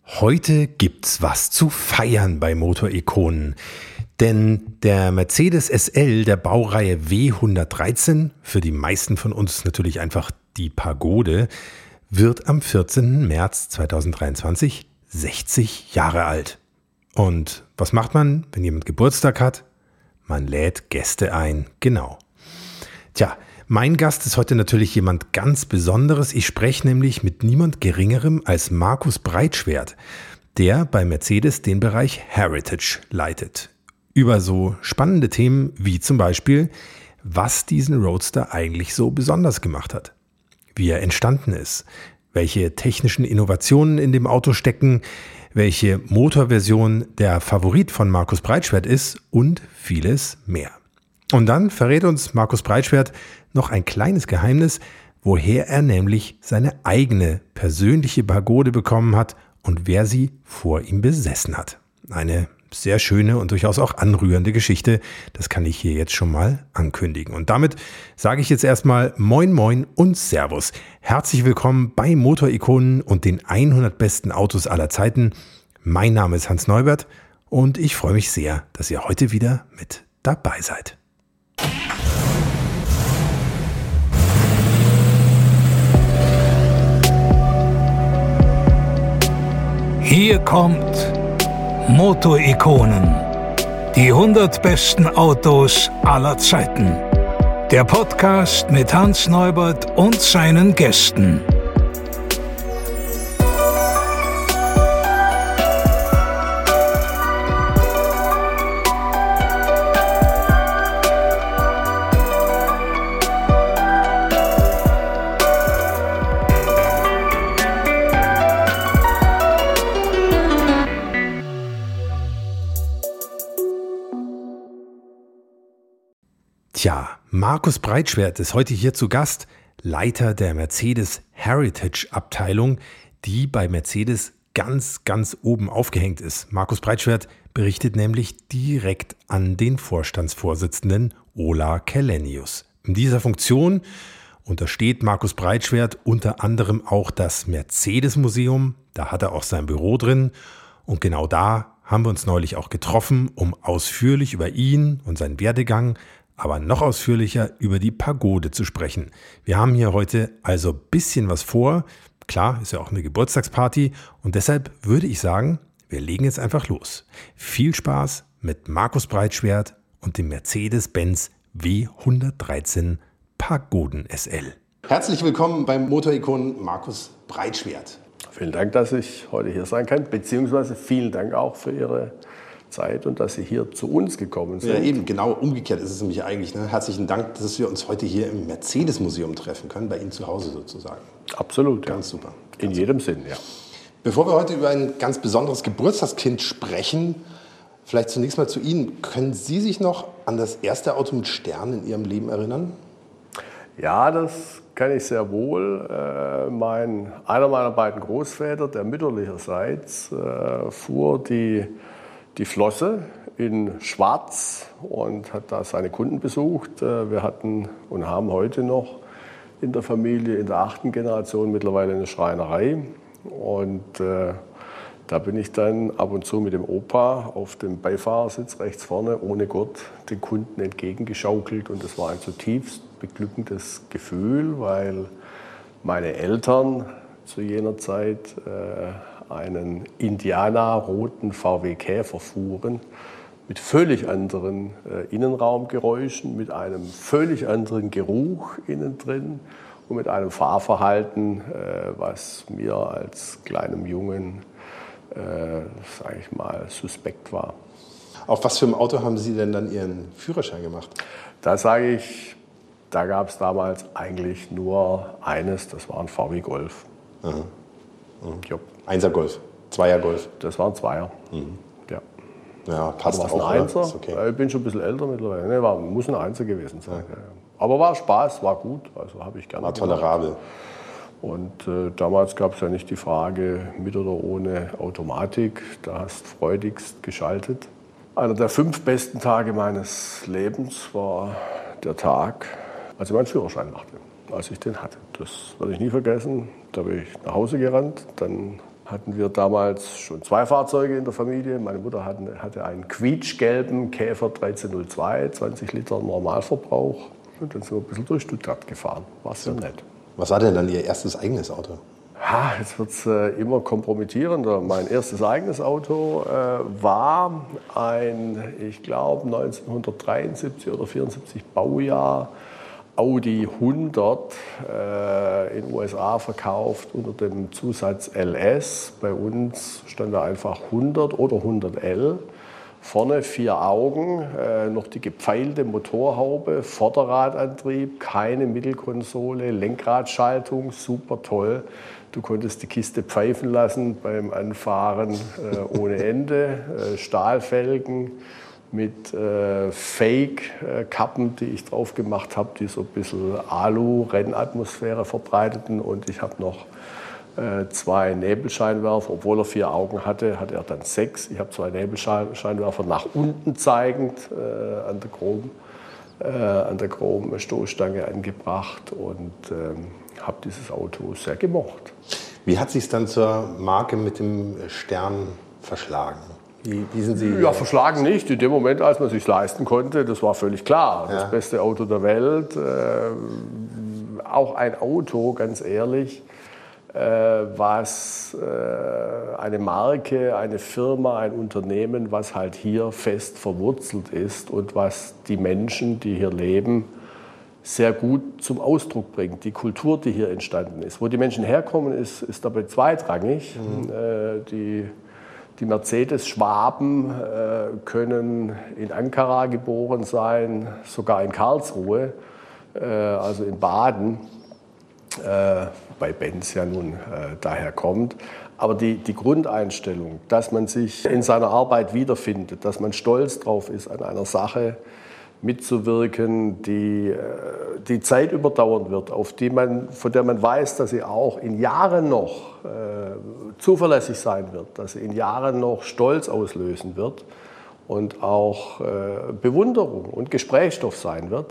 Heute gibt's was zu feiern bei Motorikonen. Denn der Mercedes SL der Baureihe W113, für die meisten von uns natürlich einfach die Pagode, wird am 14. März 2023 60 Jahre alt. Und was macht man, wenn jemand Geburtstag hat? Man lädt Gäste ein, genau. Tja, mein Gast ist heute natürlich jemand ganz Besonderes. Ich spreche nämlich mit niemand Geringerem als Markus Breitschwert, der bei Mercedes den Bereich Heritage leitet. Über so spannende Themen wie zum Beispiel, was diesen Roadster eigentlich so besonders gemacht hat, wie er entstanden ist, welche technischen Innovationen in dem Auto stecken, welche Motorversion der Favorit von Markus Breitschwert ist und vieles mehr. Und dann verrät uns Markus Breitschwert noch ein kleines Geheimnis, woher er nämlich seine eigene persönliche Pagode bekommen hat und wer sie vor ihm besessen hat. Eine sehr schöne und durchaus auch anrührende Geschichte, das kann ich hier jetzt schon mal ankündigen. Und damit sage ich jetzt erstmal Moin Moin und Servus. Herzlich willkommen bei Motorikonen und den 100 besten Autos aller Zeiten. Mein Name ist Hans Neubert und ich freue mich sehr, dass ihr heute wieder mit dabei seid. Hier kommt Motorikonen, die 100 besten Autos aller Zeiten. Der Podcast mit Hans Neubert und seinen Gästen. Tja, Markus Breitschwert ist heute hier zu Gast, Leiter der Mercedes Heritage Abteilung, die bei Mercedes ganz oben aufgehängt ist. Markus Breitschwert berichtet nämlich direkt an den Vorstandsvorsitzenden Ola Källenius. In dieser Funktion untersteht Markus Breitschwert unter anderem auch das Mercedes-Museum. Da hat er auch sein Büro drin. Und genau da haben wir uns neulich auch getroffen, um ausführlich über ihn und seinen Werdegang, aber noch ausführlicher über die Pagode zu sprechen. Wir haben hier heute also ein bisschen was vor. Klar, ist ja auch eine Geburtstagsparty und deshalb würde ich sagen, wir legen jetzt einfach los. Viel Spaß mit Markus Breitschwert und dem Mercedes-Benz W113 Pagoden SL. Herzlich willkommen beim Motorikon Markus Breitschwert. Vielen Dank, dass ich heute hier sein kann, beziehungsweise vielen Dank auch für Ihre Zeit und dass Sie hier zu uns gekommen sind. Ja, eben, genau umgekehrt ist es nämlich eigentlich. Ne? Herzlichen Dank, dass wir uns heute hier im Mercedes-Museum treffen können, bei Ihnen zu Hause sozusagen. Absolut. Ganz super. In jedem Sinn, ja. Bevor wir heute über ein ganz besonderes Geburtstagskind sprechen, vielleicht zunächst mal zu Ihnen. Können Sie sich noch an das erste Auto mit Stern in Ihrem Leben erinnern? Ja, das kann ich sehr wohl. Einer meiner beiden Großväter, der mütterlicherseits, fuhr die Flosse in Schwarz und hat da seine Kunden besucht. Wir hatten und haben heute noch in der Familie in der 8. Generation mittlerweile eine Schreinerei. Und da bin ich dann ab und zu mit dem Opa auf dem Beifahrersitz rechts vorne ohne Gurt den Kunden entgegengeschaukelt. Und das war ein zutiefst beglückendes Gefühl, weil meine Eltern zu jener Zeit einen indianerroten VW Käfer fuhren, mit völlig anderen Innenraumgeräuschen, mit einem völlig anderen Geruch innen drin und mit einem Fahrverhalten, was mir als kleinem Jungen, sage ich mal, suspekt war. Auf was für ein Auto haben Sie denn dann Ihren Führerschein gemacht? Da sage ich, da gab es damals eigentlich nur eines, das war ein VW Golf. Aha. Mhm. 1er Golf, 2er Golf. Das war ein Zweier. Mhm. Ja. Ja, passt auch. Ein Einser. Okay. Ich bin schon ein bisschen älter mittlerweile. Nee, muss ein Einser gewesen sein. Ja. Aber war Spaß, war gut. Also habe ich gerne war tolerabel. Und damals gab es ja nicht die Frage, mit oder ohne Automatik. Da hast du freudigst geschaltet. Einer der 5 besten Tage meines Lebens war der Tag, als ich meinen Führerschein machte, als ich den hatte. Das werde ich nie vergessen. Da bin ich nach Hause gerannt, dann hatten wir damals schon 2 Fahrzeuge in der Familie. Meine Mutter hatte einen quietschgelben Käfer 1302, 20 Liter Normalverbrauch. Und dann sind wir ein bisschen durch Stuttgart gefahren. War sehr nett. Was war denn dann Ihr erstes eigenes Auto? Jetzt wird es immer kompromittierender. Mein erstes eigenes Auto war ein, ich glaube, 1973 oder 74 Baujahr Audi 100 in den USA verkauft unter dem Zusatz LS. Bei uns stand da einfach 100 oder 100L. Vorne 4 Augen, noch die gepfeilte Motorhaube, Vorderradantrieb, keine Mittelkonsole, Lenkradschaltung, super toll. Du konntest die Kiste pfeifen lassen beim Anfahren ohne Ende, Stahlfelgen mit Fake-Kappen, die ich drauf gemacht habe, die so ein bisschen Alu-Rennatmosphäre verbreiteten. Und ich habe noch 2 Nebelscheinwerfer. Obwohl er 4 Augen hatte, hatte er dann 6. Ich habe 2 Nebelscheinwerfer nach unten zeigend an der Chrom-Stoßstange angebracht und habe dieses Auto sehr gemocht. Wie hat es sich dann zur Marke mit dem Stern verschlagen? Wie sind Sie? Ja, verschlagen nicht. In dem Moment, als man es sich leisten konnte, das war völlig klar. Das beste Auto der Welt. Auch ein Auto, ganz ehrlich, was eine Marke, eine Firma, ein Unternehmen, was halt hier fest verwurzelt ist und was die Menschen, die hier leben, sehr gut zum Ausdruck bringt. Die Kultur, die hier entstanden ist. Wo die Menschen herkommen, ist dabei zweitrangig. Die Mercedes-Schwaben können in Ankara geboren sein, sogar in Karlsruhe, also in Baden, bei Benz ja nun daher kommt. Aber die Grundeinstellung, dass man sich in seiner Arbeit wiederfindet, dass man stolz drauf ist, an einer Sache mitzuwirken, die Zeit überdauern wird, von der man weiß, dass sie auch in Jahren noch zuverlässig sein wird, dass sie in Jahren noch Stolz auslösen wird und auch Bewunderung und Gesprächsstoff sein wird.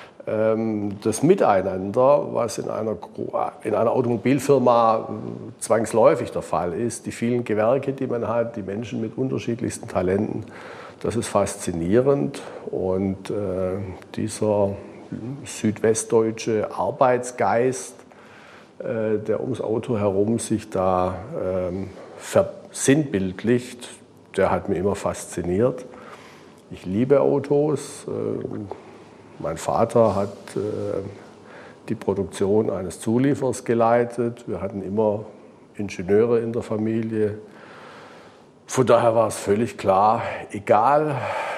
Das Miteinander, was in einer Automobilfirma zwangsläufig der Fall ist, die vielen Gewerke, die man hat, die Menschen mit unterschiedlichsten Talenten, das ist faszinierend. Und dieser südwestdeutsche Arbeitsgeist, der ums Auto herum sich da versinnbildlicht, der hat mich immer fasziniert. Ich liebe Autos. Mein Vater hat die Produktion eines Zulieferers geleitet. Wir hatten immer Ingenieure in der Familie. Von daher war es völlig klar, egal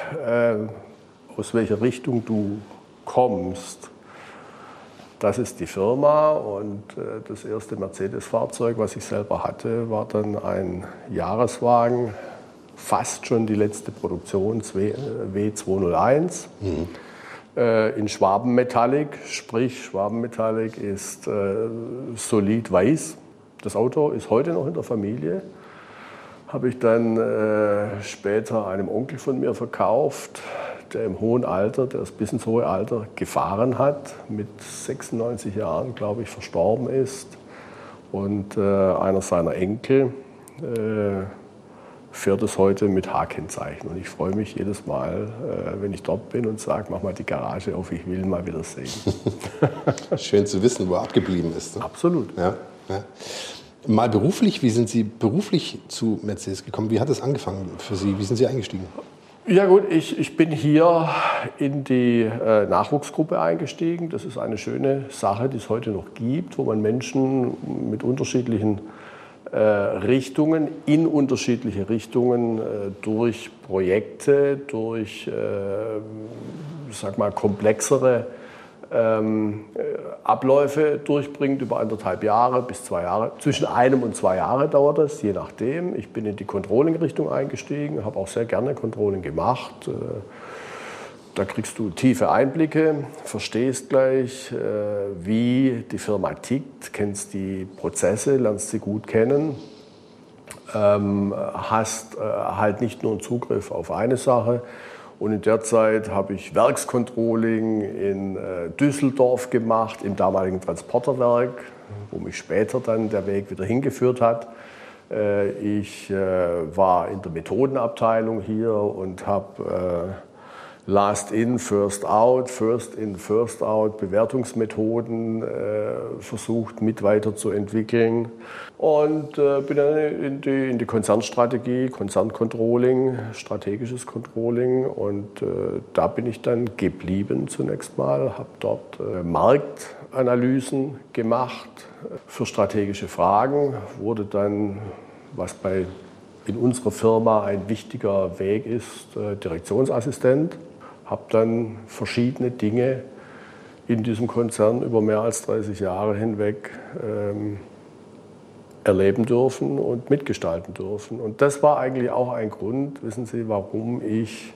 aus welcher Richtung du kommst, das ist die Firma. Und das erste Mercedes-Fahrzeug, was ich selber hatte, war dann ein Jahreswagen, fast schon die letzte Produktion, W201. In Schwabenmetallic, sprich Schwabenmetallic ist solid weiß. Das Auto ist heute noch in der Familie. Habe ich dann später einem Onkel von mir verkauft, der im hohen Alter, der das bis ins hohe Alter gefahren hat, mit 96 Jahren, glaube ich, verstorben ist. Und einer seiner Enkel fährt es heute mit H-Kennzeichen. Und ich freue mich jedes Mal, wenn ich dort bin und sage, mach mal die Garage auf, ich will ihn mal wieder sehen. Schön zu wissen, wo er abgeblieben ist. Ne? Absolut. Ja. Mal beruflich, wie sind Sie beruflich zu Mercedes gekommen? Wie hat es angefangen für Sie? Wie sind Sie eingestiegen? Ja gut, ich bin hier in die Nachwuchsgruppe eingestiegen. Das ist eine schöne Sache, die es heute noch gibt, wo man Menschen mit unterschiedlichen Richtungen, in unterschiedliche Richtungen durch Projekte, durch komplexere Abläufe durchbringt über 1,5 Jahre bis 2 Jahre. Zwischen 1 und 2 Jahre dauert das, je nachdem. Ich bin in die Controlling-Richtung eingestiegen, habe auch sehr gerne Controlling gemacht. Da kriegst du tiefe Einblicke, verstehst gleich, wie die Firma tickt, kennst die Prozesse, lernst sie gut kennen, hast halt nicht nur einen Zugriff auf eine Sache. Und in der Zeit habe ich Werkscontrolling in Düsseldorf gemacht, im damaligen Transporterwerk, wo mich später dann der Weg wieder hingeführt hat. Ich war in der Methodenabteilung hier und habe Last in, First out, First in, First out Bewertungsmethoden versucht mit weiterzuentwickeln und bin dann in die Konzernstrategie, Konzerncontrolling, strategisches Controlling und da bin ich dann geblieben zunächst mal, habe dort Marktanalysen gemacht für strategische Fragen, wurde dann, was in unserer Firma ein wichtiger Weg ist, Direktionsassistent. Habe dann verschiedene Dinge in diesem Konzern über mehr als 30 Jahre hinweg erleben dürfen und mitgestalten dürfen. Und das war eigentlich auch ein Grund, wissen Sie, warum ich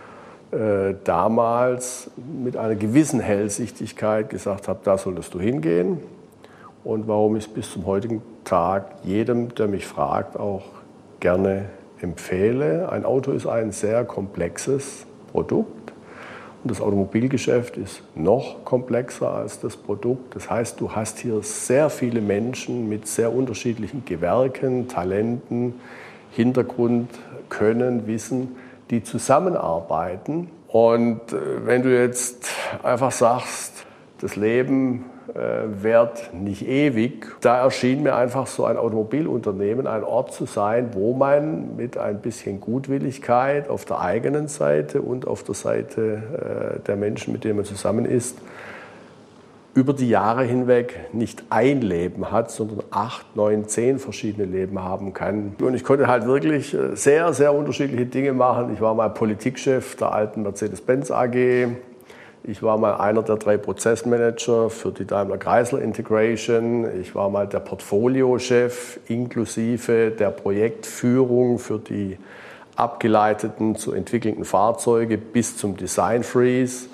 damals mit einer gewissen Hellsichtigkeit gesagt habe, da solltest du hingehen. Und warum ich es bis zum heutigen Tag jedem, der mich fragt, auch gerne empfehle. Ein Auto ist ein sehr komplexes Produkt. Und das Automobilgeschäft ist noch komplexer als das Produkt. Das heißt, du hast hier sehr viele Menschen mit sehr unterschiedlichen Gewerken, Talenten, Hintergrund, Können, Wissen, die zusammenarbeiten. Und wenn du jetzt einfach sagst, das Leben währt nicht ewig, da erschien mir einfach so ein Automobilunternehmen ein Ort zu sein, wo man mit ein bisschen Gutwilligkeit auf der eigenen Seite und auf der Seite der Menschen, mit denen man zusammen ist, über die Jahre hinweg nicht ein Leben hat, sondern 8, 9, 10 verschiedene Leben haben kann. Und ich konnte halt wirklich sehr, sehr unterschiedliche Dinge machen. Ich war mal Politikchef der alten Mercedes-Benz AG. Ich war mal einer der 3 Prozessmanager für die Daimler Chrysler Integration. Ich war mal der Portfoliochef inklusive der Projektführung für die abgeleiteten zu entwickelnden Fahrzeuge bis zum Design Freeze.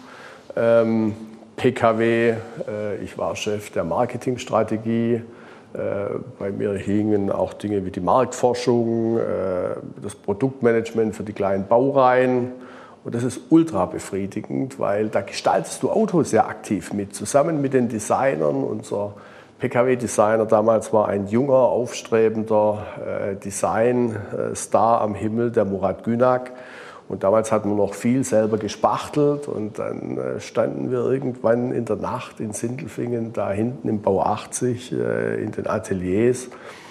PKW, ich war Chef der Marketingstrategie. Bei mir hingen auch Dinge wie die Marktforschung, das Produktmanagement für die kleinen Baureihen. Und das ist ultra befriedigend, weil da gestaltest du Autos sehr aktiv mit, zusammen mit den Designern. Unser PKW-Designer damals war ein junger, aufstrebender Design-Star am Himmel, der Murat Günak. Und damals hatten wir noch viel selber gespachtelt und dann standen wir irgendwann in der Nacht in Sindelfingen, da hinten im Bau 80, in den Ateliers,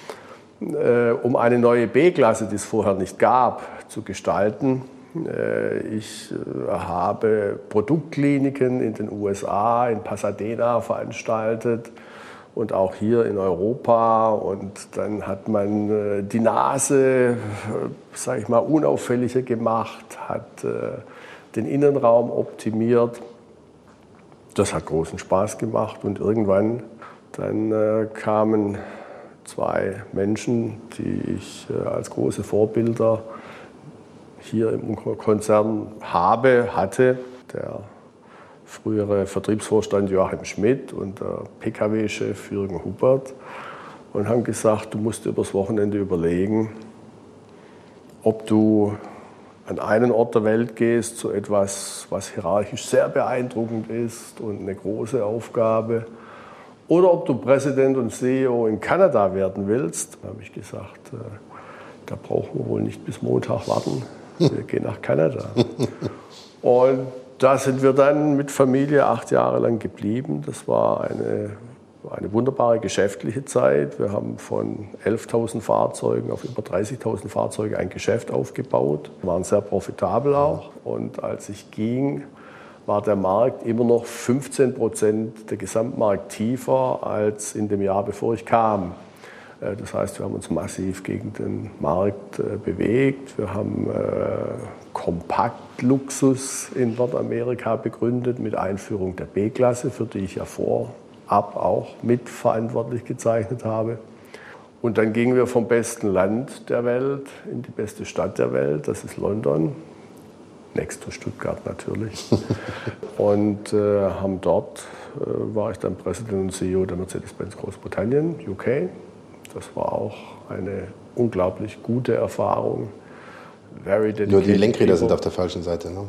um eine neue B-Klasse, die es vorher nicht gab, zu gestalten. Ich habe Produktkliniken in den USA, in Pasadena veranstaltet und auch hier in Europa. Und dann hat man die Nase, sage ich mal, unauffälliger gemacht, hat den Innenraum optimiert. Das hat großen Spaß gemacht und irgendwann dann kamen 2 Menschen, die ich als große Vorbilder hier im Konzern hatte, der frühere Vertriebsvorstand Joachim Schmidt und der PKW-Chef Jürgen Huppert, und haben gesagt, du musst übers Wochenende überlegen, ob du an einen Ort der Welt gehst, zu etwas, was hierarchisch sehr beeindruckend ist und eine große Aufgabe, oder ob du Präsident und CEO in Kanada werden willst. Da habe ich gesagt, da brauchen wir wohl nicht bis Montag warten. Wir gehen nach Kanada. Und da sind wir dann mit Familie 8 Jahre lang geblieben. Das war eine wunderbare geschäftliche Zeit. Wir haben von 11.000 Fahrzeugen auf über 30.000 Fahrzeuge ein Geschäft aufgebaut. Wir waren sehr profitabel auch. Und als ich ging, war der Markt immer noch 15% der Gesamtmarkt tiefer als in dem Jahr, bevor ich kam. Das heißt, wir haben uns massiv gegen den Markt bewegt. Wir haben Kompaktluxus in Nordamerika begründet mit Einführung der B-Klasse, für die ich ja vorab auch mitverantwortlich gezeichnet habe. Und dann gingen wir vom besten Land der Welt in die beste Stadt der Welt, das ist London, next to Stuttgart natürlich. Und haben dort, war ich dann Präsident und CEO der Mercedes-Benz Großbritannien, UK. Das war auch eine unglaublich gute Erfahrung. Nur die Lenkräder sind auf der falschen Seite, ne?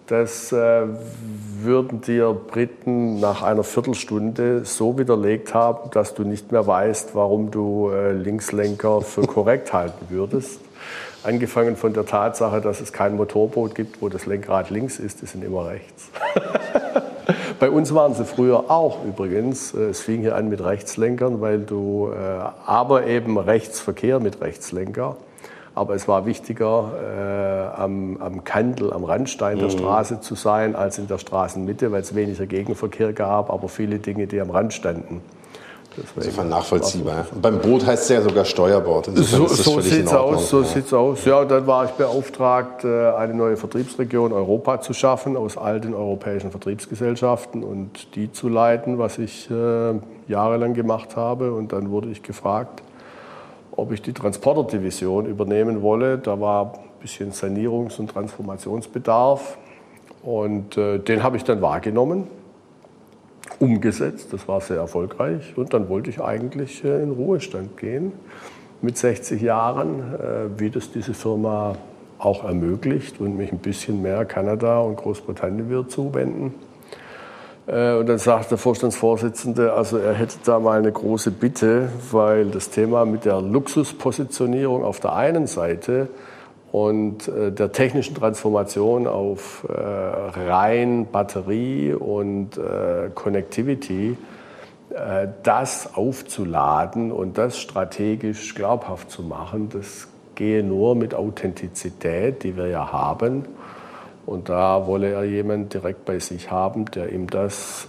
Das würden dir Briten nach einer Viertelstunde so widerlegt haben, dass du nicht mehr weißt, warum du Linkslenker für korrekt halten würdest. Angefangen von der Tatsache, dass es kein Motorboot gibt, wo das Lenkrad links ist, die sind immer rechts. Bei uns waren sie früher auch übrigens. Es fing hier an mit Rechtslenkern, weil du aber eben Rechtsverkehr mit Rechtslenker. Aber es war wichtiger, am Kandel, am Randstein der Straße zu sein, als in der Straßenmitte, weil es weniger Gegenverkehr gab, aber viele Dinge, die am Rand standen. Insofern nachvollziehbar. Und beim Boot heißt es ja sogar Steuerbord. So sieht es aus. So sieht's aus. Ja, dann war ich beauftragt, eine neue Vertriebsregion Europa zu schaffen aus all den europäischen Vertriebsgesellschaften und die zu leiten, was ich jahrelang gemacht habe. Und dann wurde ich gefragt, ob ich die Transporter-Division übernehmen wolle. Da war ein bisschen Sanierungs- und Transformationsbedarf und den habe ich dann wahrgenommen, umgesetzt. Das war sehr erfolgreich und dann wollte ich eigentlich in Ruhestand gehen mit 60 Jahren, wie das diese Firma auch ermöglicht und mich ein bisschen mehr Kanada und Großbritannien wieder zuwenden. Und dann sagt der Vorstandsvorsitzende, also er hätte da mal eine große Bitte, weil das Thema mit der Luxuspositionierung auf der einen Seite und der technischen Transformation auf rein Batterie und Connectivity, das aufzuladen und das strategisch glaubhaft zu machen, das gehe nur mit Authentizität, die wir ja haben. Und da wolle er jemanden direkt bei sich haben, der ihm das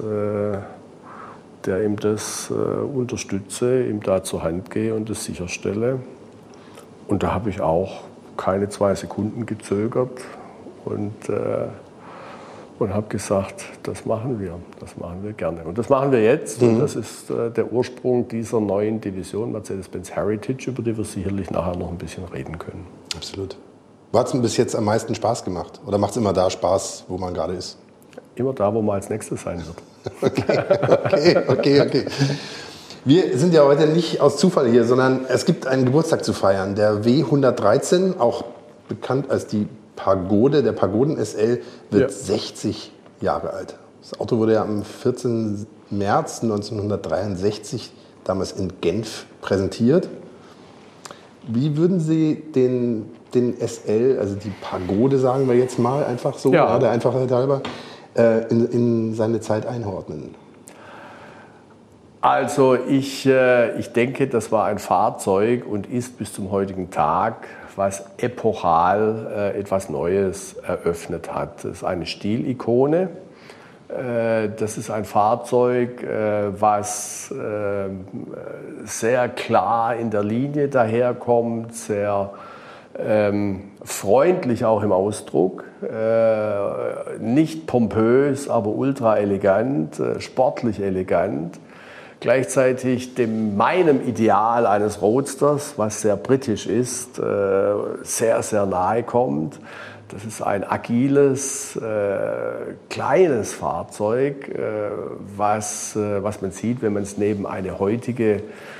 unterstütze, ihm da zur Hand gehe und das sicherstelle. Und da habe ich auch keine 2 Sekunden gezögert und habe gesagt, das machen wir gerne. Und das machen wir jetzt. Und das ist der Ursprung dieser neuen Division Mercedes-Benz Heritage, über die wir sicherlich nachher noch ein bisschen reden können. Absolut. Wo hat es denn bis jetzt am meisten Spaß gemacht? Oder macht es immer da Spaß, wo man gerade ist? Immer da, wo man als Nächstes sein wird. Okay. Wir sind ja heute nicht aus Zufall hier, sondern es gibt einen Geburtstag zu feiern. Der W113, auch bekannt als die Pagode, der Pagoden SL, wird 60 Jahre alt. Das Auto wurde ja am 14. März 1963 damals in Genf präsentiert. Wie würden Sie den SL, also die Pagode, sagen wir jetzt mal, einfach so, der Einfachheit halber, in seine Zeit einordnen? Also ich denke, das war ein Fahrzeug und ist bis zum heutigen Tag, was epochal etwas Neues eröffnet hat. Das ist eine Stilikone. Das ist ein Fahrzeug, was sehr klar in der Linie daherkommt, sehr freundlich auch im Ausdruck, nicht pompös, aber ultra elegant, sportlich elegant. Gleichzeitig meinem Ideal eines Roadsters, was sehr britisch ist, sehr, sehr nahe kommt. Das ist ein agiles, kleines Fahrzeug, was man sieht, wenn man es neben eine heutige,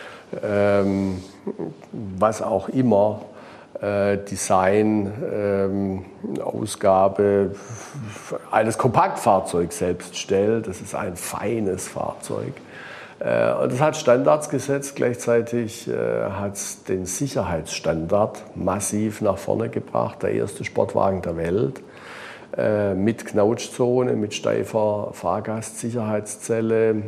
was auch immer, Design-Ausgabe eines Kompaktfahrzeugs selbst stellt. Das ist ein feines Fahrzeug. Und das hat Standards gesetzt, gleichzeitig hat es den Sicherheitsstandard massiv nach vorne gebracht. Der erste Sportwagen der Welt mit Knautschzone, mit steifer Fahrgastsicherheitszelle,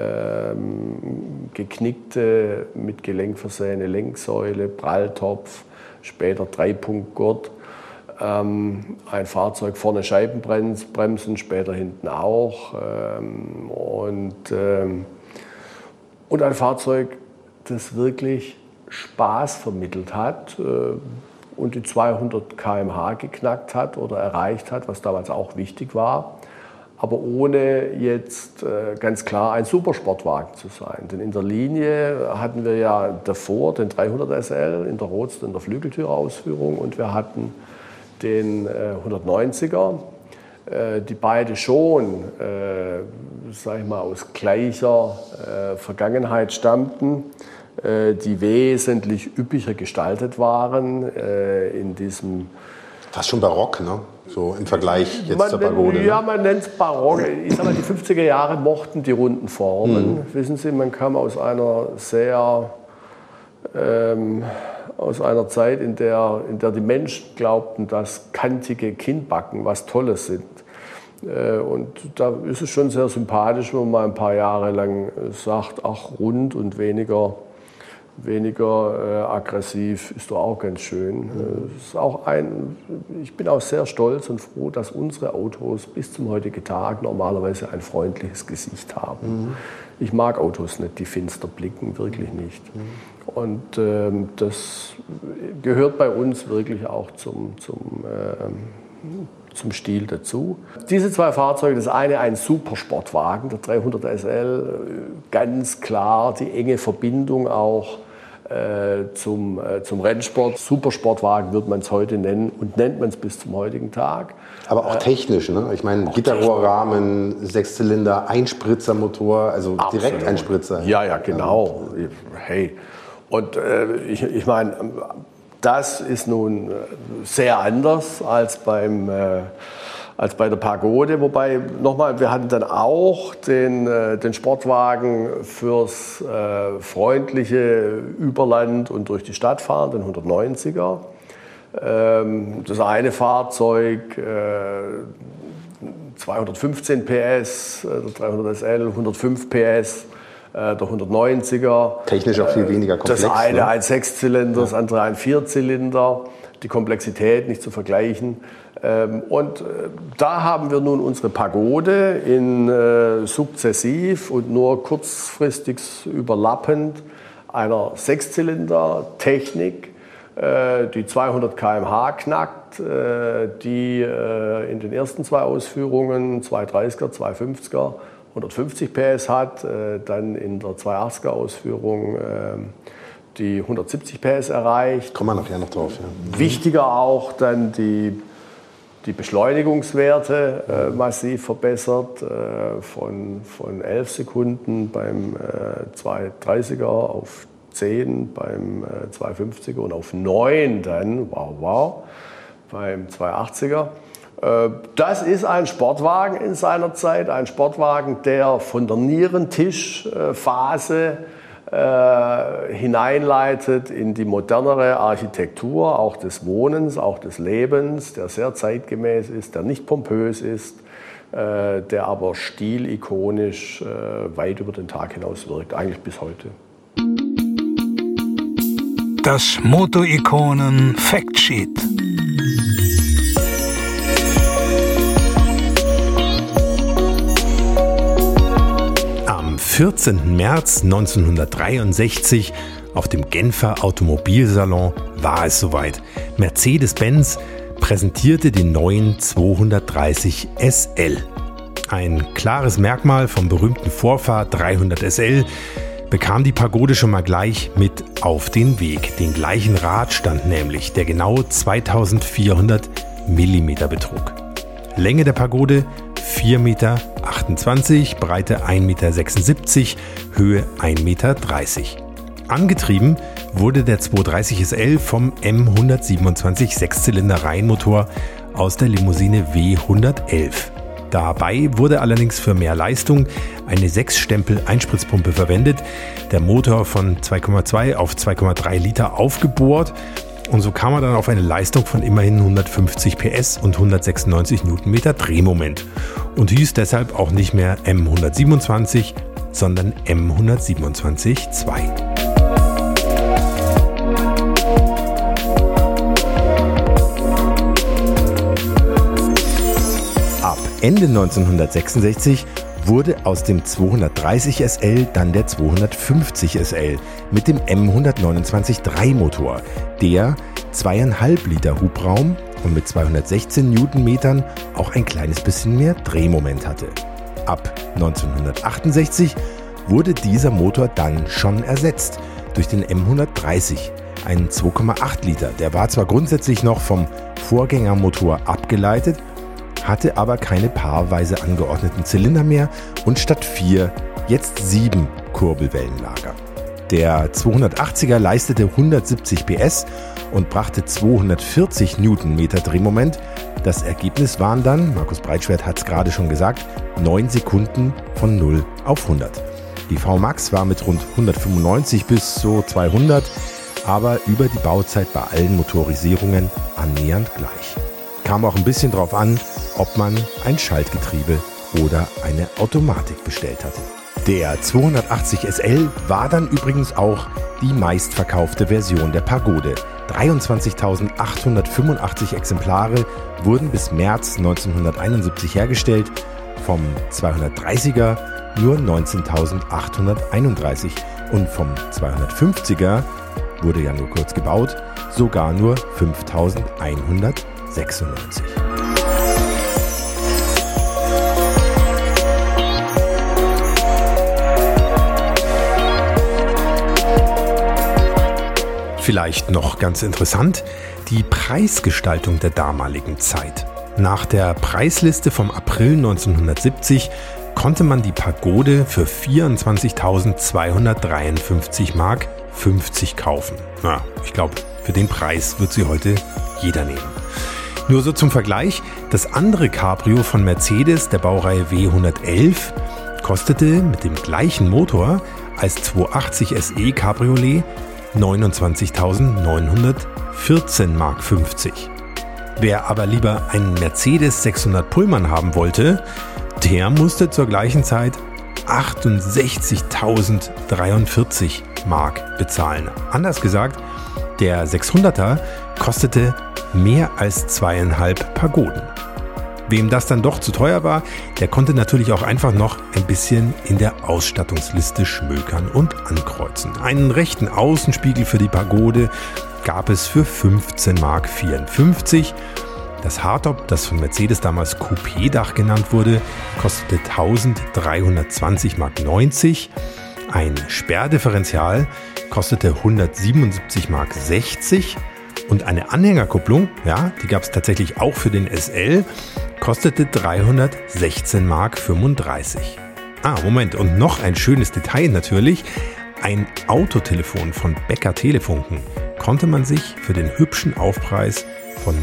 geknickte, mit Gelenk versehene Lenksäule, Pralltopf, später Dreipunktgurt. Ein Fahrzeug vorne Scheibenbremsen, später hinten auch. Und ein Fahrzeug, das wirklich Spaß vermittelt hat und die 200 km/h geknackt hat oder erreicht hat, was damals auch wichtig war, aber ohne jetzt ganz klar ein Supersportwagen zu sein. Denn in der Linie hatten wir ja davor den 300 SL in der Roadster, in der Flügeltürausführung und wir hatten den 190er. Die beide schon, sag ich mal, aus gleicher Vergangenheit stammten, die wesentlich üppiger gestaltet waren, in diesem Fast schon barock, ne? So im Vergleich jetzt zur Pagode. Ja, man nennt es barock. Ich sag mal, die 50er Jahre mochten die runden Formen. Wissen Sie, man kam aus einer Zeit, in der die Menschen glaubten, dass kantige Kinnbacken was Tolles sind. Und da ist es schon sehr sympathisch, wenn man mal ein paar Jahre lang sagt, ach, rund und weniger aggressiv ist doch auch ganz schön. Ist auch ich bin auch sehr stolz und froh, dass unsere Autos bis zum heutigen Tag normalerweise ein freundliches Gesicht haben. Ich mag Autos nicht, die finster blicken, wirklich nicht. Und das gehört bei uns wirklich auch zum Stil dazu. Diese zwei Fahrzeuge, das eine ein Supersportwagen, der 300 SL, ganz klar die enge Verbindung auch zum Rennsport. Supersportwagen wird man es heute nennen und nennt man es bis zum heutigen Tag. Aber auch technisch, ne? Ich meine, Gitterrohrrahmen, 6-Zylinder, Einspritzermotor, also Absolut. Direkteinspritzer. Ja, genau. Hey. Und ich meine, das ist nun sehr anders als bei der Pagode. Wobei, nochmal, wir hatten dann auch den Sportwagen fürs freundliche Überland und durch die Stadt fahren, den 190er. Das eine Fahrzeug, 215 PS, der 300 SL, 105 PS. Der 190er. Technisch auch viel weniger komplex. Das eine ein 6-Zylinder, das andere ein 4-Zylinder. Die Komplexität nicht zu vergleichen. Und da haben wir nun unsere Pagode in sukzessiv und nur kurzfristig überlappend einer 6-Zylinder-Technik, die 200 km/h knackt, die in den ersten zwei Ausführungen 230er, 250er, 150 PS hat, dann in der 280er Ausführung die 170 PS erreicht. Kommen wir nachher noch drauf. Ja. Wichtiger auch dann die Beschleunigungswerte massiv verbessert, von 11 Sekunden beim 230er auf 10 beim 250er und auf 9 dann, wow, beim 280er. Das ist ein Sportwagen in seiner Zeit, ein Sportwagen, der von der Nierentischphase hineinleitet in die modernere Architektur, auch des Wohnens, auch des Lebens, der sehr zeitgemäß ist, der nicht pompös ist, der aber stilikonisch weit über den Tag hinaus wirkt, eigentlich bis heute. Das Moto-Ikonen Factsheet. Am 14. März 1963 auf dem Genfer Automobilsalon war es soweit. Mercedes-Benz präsentierte den neuen 230 SL. Ein klares Merkmal vom berühmten Vorfahr 300 SL bekam die Pagode schon mal gleich mit auf den Weg. Den gleichen Radstand nämlich, der genau 2400 mm betrug. Länge der Pagode 4,28 Meter, Breite 1,76 Meter, Höhe 1,30 Meter. Angetrieben wurde der 230 SL vom M127 6-Zylinder-Reihenmotor aus der Limousine W111. Dabei wurde allerdings für mehr Leistung eine 6-Stempel-Einspritzpumpe verwendet, der Motor von 2,2 auf 2,3 Liter aufgebohrt und so kam er dann auf eine Leistung von immerhin 150 PS und 196 Newtonmeter Drehmoment und hieß deshalb auch nicht mehr M127, sondern M127-2. Ende 1966 wurde aus dem 230 SL dann der 250 SL mit dem M129 Motor, der 2,5 Liter Hubraum und mit 216 Newtonmetern auch ein kleines bisschen mehr Drehmoment hatte. Ab 1968 wurde dieser Motor dann schon ersetzt durch den M130, einen 2,8 Liter. Der war zwar grundsätzlich noch vom Vorgängermotor abgeleitet, hatte aber keine paarweise angeordneten Zylinder mehr und statt 4 jetzt 7 Kurbelwellenlager. Der 280er leistete 170 PS und brachte 240 Newtonmeter Drehmoment. Das Ergebnis waren dann, Markus Breitschwert hat es gerade schon gesagt, 9 Sekunden von 0 auf 100. Die VMAX war mit rund 195 bis so 200, aber über die Bauzeit bei allen Motorisierungen annähernd gleich. Kam auch ein bisschen drauf an, ob man ein Schaltgetriebe oder eine Automatik bestellt hatte. Der 280 SL war dann übrigens auch die meistverkaufte Version der Pagode. 23.885 Exemplare wurden bis März 1971 hergestellt, vom 230er nur 19.831 und vom 250er, wurde ja nur kurz gebaut, sogar nur 5.196. Vielleicht noch ganz interessant, die Preisgestaltung der damaligen Zeit. Nach der Preisliste vom April 1970 konnte man die Pagode für 24.253 Mark 50 kaufen. Na, ich glaube, für den Preis wird sie heute jeder nehmen. Nur so zum Vergleich, das andere Cabrio von Mercedes, der Baureihe W111, kostete mit dem gleichen Motor als 280 SE Cabriolet 29.914 Mark 50. Wer aber lieber einen Mercedes 600 Pullman haben wollte, der musste zur gleichen Zeit 68.043 Mark bezahlen. Anders gesagt, der 600er kostete mehr als 2,5 Pagoden. Wem das dann doch zu teuer war, der konnte natürlich auch einfach noch ein bisschen in der Ausstattungsliste schmökern und ankreuzen. Einen rechten Außenspiegel für die Pagode gab es für 15,54 Mark. Das Hardtop, das von Mercedes damals Coupé-Dach genannt wurde, kostete 1.320,90 Mark. Ein Sperrdifferential kostete 177,60 Mark. Und eine Anhängerkupplung, ja, die gab es tatsächlich auch für den SL, kostete 316,35 Mark. Moment, und noch ein schönes Detail natürlich. Ein Autotelefon von Becker Telefunken konnte man sich für den hübschen Aufpreis von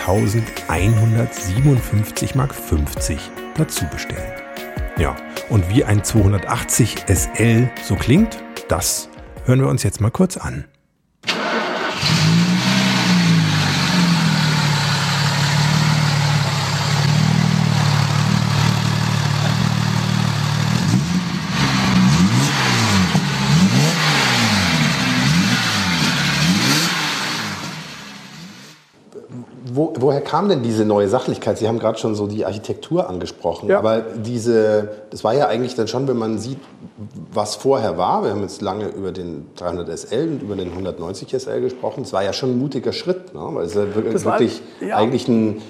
9.157,50 Mark dazu bestellen. Ja, und wie ein 280 SL so klingt, das hören wir uns jetzt mal kurz an. Woher kam denn diese neue Sachlichkeit? Sie haben gerade schon so die Architektur angesprochen, ja. Aber das war ja eigentlich dann schon, wenn man sieht, was vorher war. Wir haben jetzt lange über den 300 SL und über den 190 SL gesprochen. Es war ja schon ein mutiger Schritt, ne? Weil es ja wirklich eigentlich ein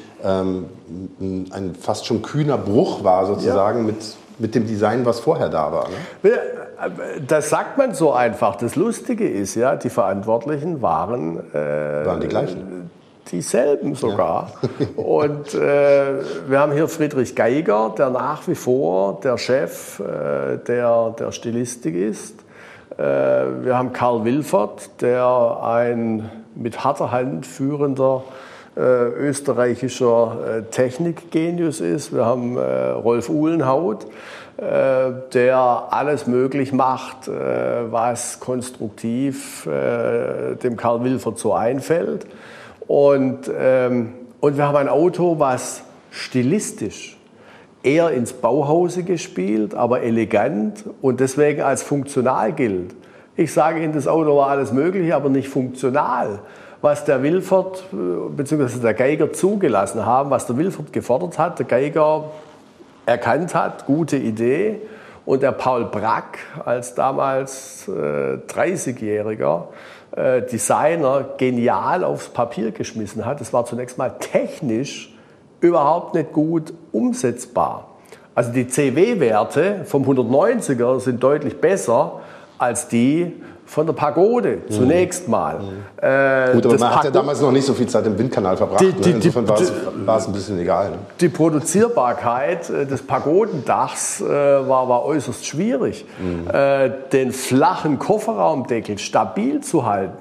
fast schon kühner Bruch war sozusagen mit dem Design, was vorher da war. Ne? Das sagt man so einfach. Das Lustige ist ja, die Verantwortlichen waren die gleichen. Dieselben sogar. Ja. Und wir haben hier Friedrich Geiger, der nach wie vor der Chef der Stilistik ist. Wir haben Karl Wilfert, der ein mit harter Hand führender österreichischer Technikgenius ist. Wir haben Rolf Uhlenhaut, der alles möglich macht, was konstruktiv dem Karl Wilfert so einfällt. Und wir haben ein Auto, was stilistisch eher ins Bauhausige spielt, aber elegant und deswegen als funktional gilt. Ich sage Ihnen, das Auto war alles Mögliche, aber nicht funktional. Was der Wilfert bzw. der Geiger zugelassen haben, was der Wilfert gefordert hat, der Geiger erkannt hat, gute Idee. Und der Paul Brack als damals 30-Jähriger Designer genial aufs Papier geschmissen hat. Das war zunächst mal technisch überhaupt nicht gut umsetzbar. Also die CW-Werte vom 190er sind deutlich besser als die von der Pagode, zunächst mal. Gut, aber man hat ja damals noch nicht so viel Zeit im Windkanal verbracht. Insofern war es ein bisschen egal. Ne? Die Produzierbarkeit des Pagodendachs war äußerst schwierig. Den flachen Kofferraumdeckel stabil zu halten,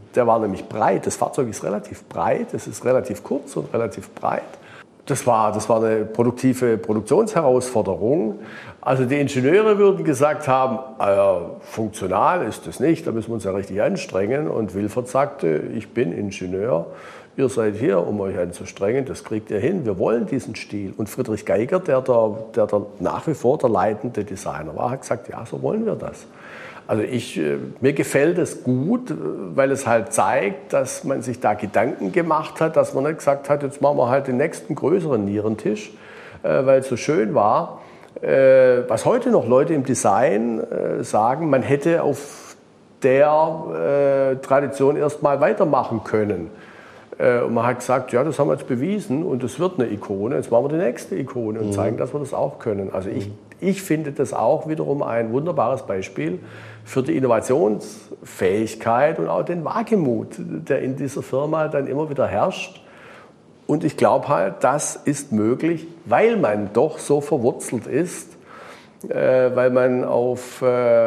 Der war nämlich breit. Das Fahrzeug ist relativ breit, es ist relativ kurz und relativ breit. Das war eine produktive Produktionsherausforderung. Also die Ingenieure würden gesagt haben, funktional ist das nicht, da müssen wir uns ja richtig anstrengen. Und Wilfert sagte, ich bin Ingenieur, ihr seid hier, um euch anzustrengen, das kriegt ihr hin, wir wollen diesen Stil. Und Friedrich Geiger, der nach wie vor der leitende Designer war, hat gesagt, ja, so wollen wir das. Also mir gefällt es gut, weil es halt zeigt, dass man sich da Gedanken gemacht hat, dass man nicht gesagt hat, jetzt machen wir halt den nächsten größeren Nierentisch, weil es so schön war. Was heute noch Leute im Design sagen, man hätte auf der Tradition erstmal weitermachen können. Und man hat gesagt, ja, das haben wir jetzt bewiesen und es wird eine Ikone, jetzt machen wir die nächste Ikone und zeigen, dass wir das auch können. Also ich finde das auch wiederum ein wunderbares Beispiel für die Innovationsfähigkeit und auch den Wagemut, der in dieser Firma dann immer wieder herrscht. Und ich glaube halt, das ist möglich, weil man doch so verwurzelt ist, weil man auf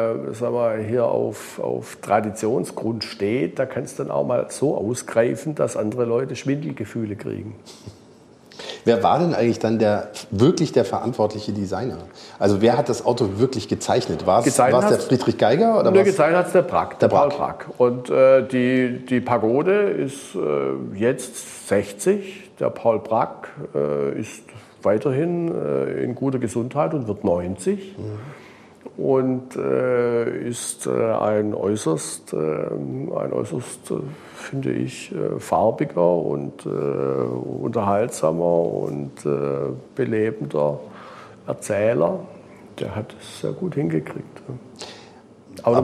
Traditionsgrund steht. Da kann es dann auch mal so ausgreifen, dass andere Leute Schwindelgefühle kriegen. Wer war denn eigentlich dann wirklich der verantwortliche Designer? Also wer hat das Auto wirklich gezeichnet? War es der Friedrich Geiger? Oder gezeichnet hat es der Brack, der Paul Brack. Und die Pagode ist jetzt 60. Der Paul Brack ist weiterhin in guter Gesundheit und wird 90. Und ist ein äußerst, finde ich, farbiger und unterhaltsamer und belebender Erzähler. Der hat es sehr gut hingekriegt. Aber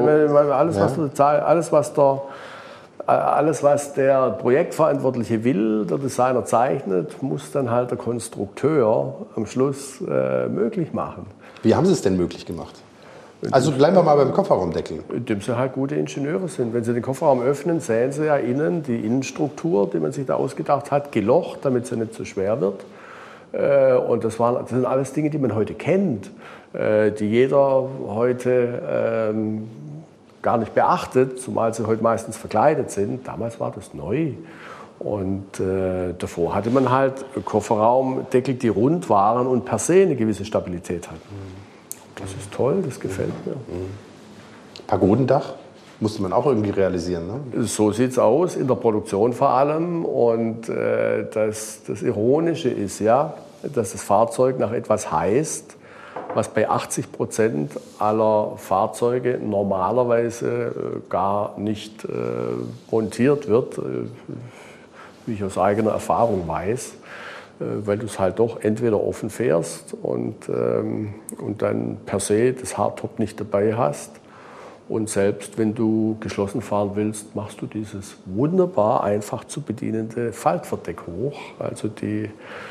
alles, was der Projektverantwortliche will, der Designer zeichnet, muss dann halt der Konstrukteur am Schluss möglich machen. Wie haben Sie es denn möglich gemacht? Also bleiben wir mal beim Kofferraumdeckel. Indem Sie halt gute Ingenieure sind. Wenn Sie den Kofferraum öffnen, sehen Sie ja innen die Innenstruktur, die man sich da ausgedacht hat, gelocht, damit sie nicht zu schwer wird. Und das sind alles Dinge, die man heute kennt, die jeder heute gar nicht beachtet, zumal sie heute meistens verkleidet sind. Damals war das neu. Und davor hatte man halt Kofferraumdeckel, die rund waren und per se eine gewisse Stabilität hatten. Das ist toll, das gefällt mir. Pagodendach musste man auch irgendwie realisieren, ne? So sieht es aus, in der Produktion vor allem. Und das Ironische ist ja, dass das Fahrzeug nach etwas heißt, was bei 80% aller Fahrzeuge normalerweise gar nicht montiert wird, wie ich aus eigener Erfahrung weiß, weil du es halt doch entweder offen fährst und dann per se das Hardtop nicht dabei hast. Und selbst wenn du geschlossen fahren willst, machst du dieses wunderbar einfach zu bedienende Faltverdeck hoch. Also die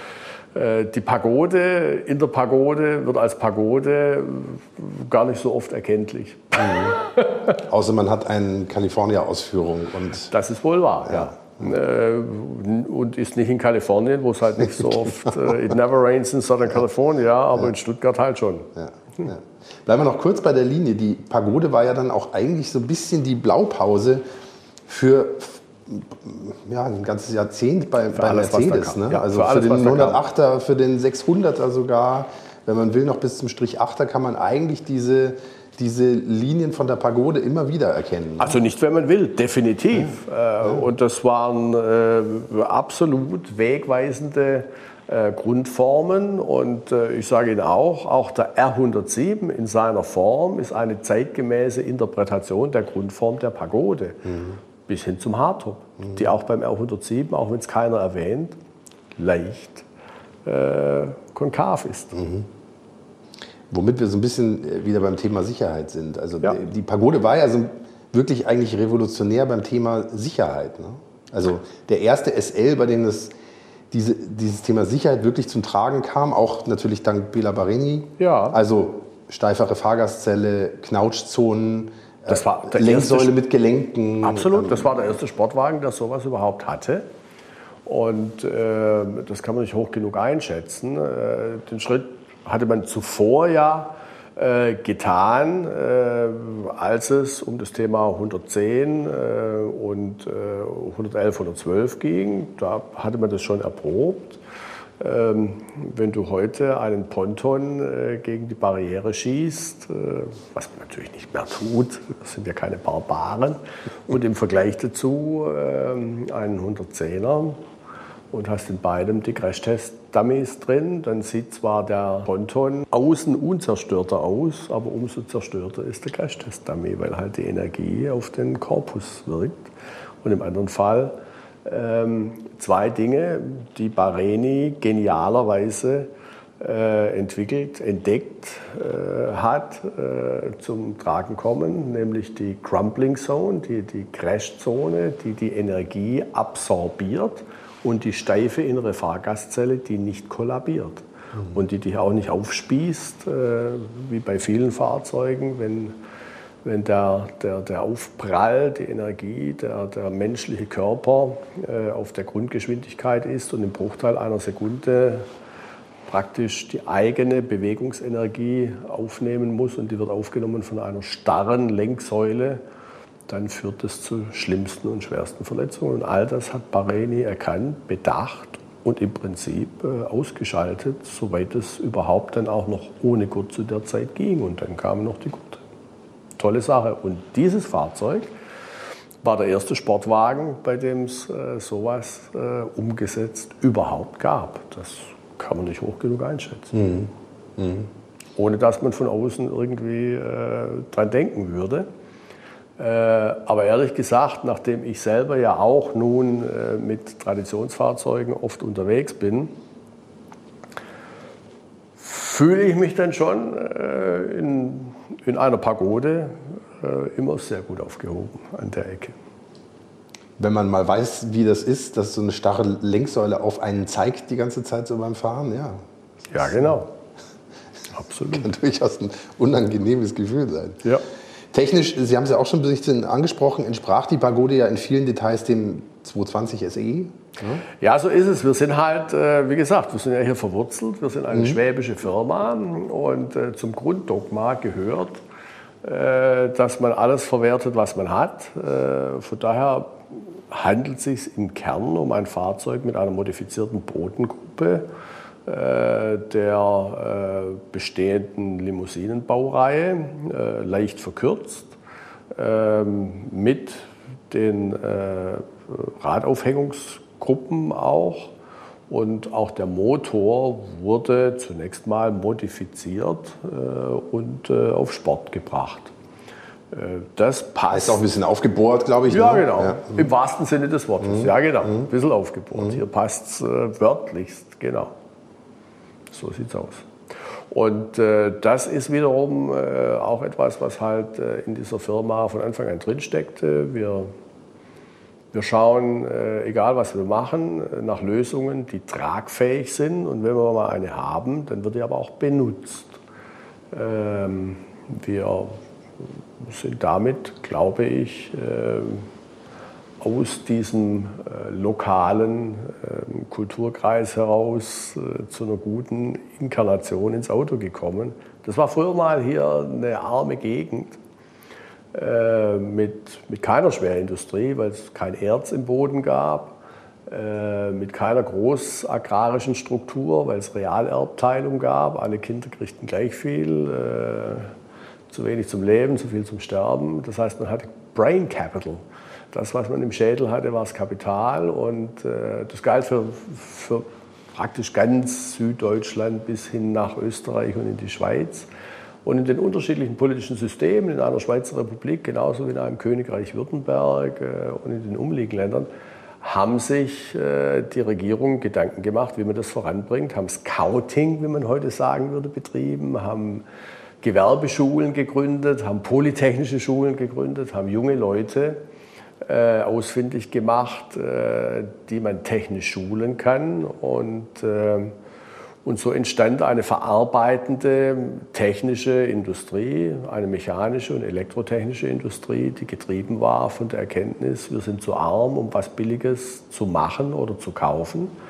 Pagode in der Pagode wird als Pagode gar nicht so oft erkenntlich. Außer man hat eine California-Ausführung. Das ist wohl wahr, ja. Und ist nicht in Kalifornien, wo es halt nicht so oft, it never rains in Southern California, aber in Stuttgart halt schon. Ja. Bleiben wir noch kurz bei der Linie. Die Pagode war ja dann auch eigentlich so ein bisschen die Blaupause für ein ganzes Jahrzehnt bei Mercedes. Ne? Ja, also für den 108er, für den 600er sogar, wenn man will, noch bis zum Strich 8er kann man eigentlich diese Linien von der Pagode immer wieder erkennen. Also nicht, wenn man will, definitiv. Und das waren absolut wegweisende Grundformen. Und ich sage Ihnen auch der R107 in seiner Form ist eine zeitgemäße Interpretation der Grundform der Pagode. Bis hin zum Hardtop, die auch beim R107, auch wenn es keiner erwähnt, leicht konkav ist. Womit wir so ein bisschen wieder beim Thema Sicherheit sind. Also die Pagode war ja so wirklich eigentlich revolutionär beim Thema Sicherheit. Ne? Also der erste SL, bei dem dieses Thema Sicherheit wirklich zum Tragen kam, auch natürlich dank Bela Barini. Ja. Also steifere Fahrgastzelle, Knautschzonen, Lenksäule mit Gelenken. Absolut, das war der erste Sportwagen, der sowas überhaupt hatte. Und das kann man nicht hoch genug einschätzen. Den Schritt hatte man zuvor ja getan, als es um das Thema 110 und 111, 112 ging. Da hatte man das schon erprobt. Wenn du heute einen Ponton gegen die Barriere schießt, was man natürlich nicht mehr tut, das sind ja keine Barbaren, und im Vergleich dazu einen 110er und hast in beidem die Crash-Test-Dummies drin, dann sieht zwar der Ponton außen unzerstörter aus, aber umso zerstörter ist der Crash-Test-Dummy, weil halt die Energie auf den Korpus wirkt. Und im anderen Fall zwei Dinge, die Bareni genialerweise entdeckt hat, zum Tragen kommen, nämlich die Crumbling Zone, die Crash-Zone, die die Energie absorbiert, und die steife innere Fahrgastzelle, die nicht kollabiert und die dich auch nicht aufspießt, wie bei vielen Fahrzeugen, wenn der Aufprall, die Energie, der menschliche Körper auf der Grundgeschwindigkeit ist und im Bruchteil einer Sekunde praktisch die eigene Bewegungsenergie aufnehmen muss und die wird aufgenommen von einer starren Lenksäule, dann führt das zu schlimmsten und schwersten Verletzungen. Und all das hat Bareni erkannt, bedacht und im Prinzip ausgeschaltet, soweit es überhaupt dann auch noch ohne Gurt zu der Zeit ging. Und dann kamen noch die Gurte. Tolle Sache. Und dieses Fahrzeug war der erste Sportwagen, bei dem es sowas umgesetzt überhaupt gab. Das kann man nicht hoch genug einschätzen. Ohne dass man von außen irgendwie dran denken würde. Aber ehrlich gesagt, nachdem ich selber ja auch nun mit Traditionsfahrzeugen oft unterwegs bin, fühle ich mich dann schon in einer Pagode immer sehr gut aufgehoben an der Ecke. Wenn man mal weiß, wie das ist, dass so eine starre Lenksäule auf einen zeigt die ganze Zeit so beim Fahren, ja. Ja, genau. Absolut. Kann durchaus ein unangenehmes Gefühl sein. Ja. Technisch, Sie haben es ja auch schon ein bisschen angesprochen, entsprach die Pagode ja in vielen Details dem 220 SE. Ja, so ist es. Wir sind halt, wie gesagt, wir sind ja hier verwurzelt. Wir sind eine schwäbische Firma und zum Grunddogma gehört, dass man alles verwertet, was man hat. Von daher handelt es sich im Kern um ein Fahrzeug mit einer modifizierten Bodengruppe der bestehenden Limousinenbaureihe, leicht verkürzt, mit den Radaufhängungsgruppen auch. Und auch der Motor wurde zunächst mal modifiziert und auf Sport gebracht. Das passt. Ist auch ein bisschen aufgebohrt, glaube ich. Ja, ne? genau. Ja. Im wahrsten Sinne des Wortes. Ja, genau. Ein bisschen aufgebohrt. Hier passt es wörtlichst. Genau. So sieht es aus. Und das ist wiederum auch etwas, was halt in dieser Firma von Anfang an drinsteckte. Wir schauen, egal was wir machen, nach Lösungen, die tragfähig sind. Und wenn wir mal eine haben, dann wird die aber auch benutzt. Wir sind damit, glaube ich, aus diesem lokalen Kulturkreis heraus zu einer guten Inkarnation ins Auto gekommen. Das war früher mal hier eine arme Gegend mit keiner Schwerindustrie, weil es kein Erz im Boden gab, mit keiner großagrarischen Struktur, weil es Realerbteilung gab. Alle Kinder kriegten gleich viel, zu wenig zum Leben, zu viel zum Sterben. Das heißt, man hatte Brain Capital. Das, was man im Schädel hatte, war das Kapital und das galt für praktisch ganz Süddeutschland bis hin nach Österreich und in die Schweiz. Und in den unterschiedlichen politischen Systemen, in einer Schweizer Republik, genauso wie in einem Königreich Württemberg und in den umliegenden Ländern, haben sich die Regierungen Gedanken gemacht, wie man das voranbringt, haben Scouting, wie man heute sagen würde, betrieben, haben Gewerbeschulen gegründet, haben polytechnische Schulen gegründet, haben junge Leute ausfindig gemacht, die man technisch schulen kann. Und so entstand eine verarbeitende technische Industrie, eine mechanische und elektrotechnische Industrie, die getrieben war von der Erkenntnis, wir sind zu arm, um was Billiges zu machen oder zu kaufen.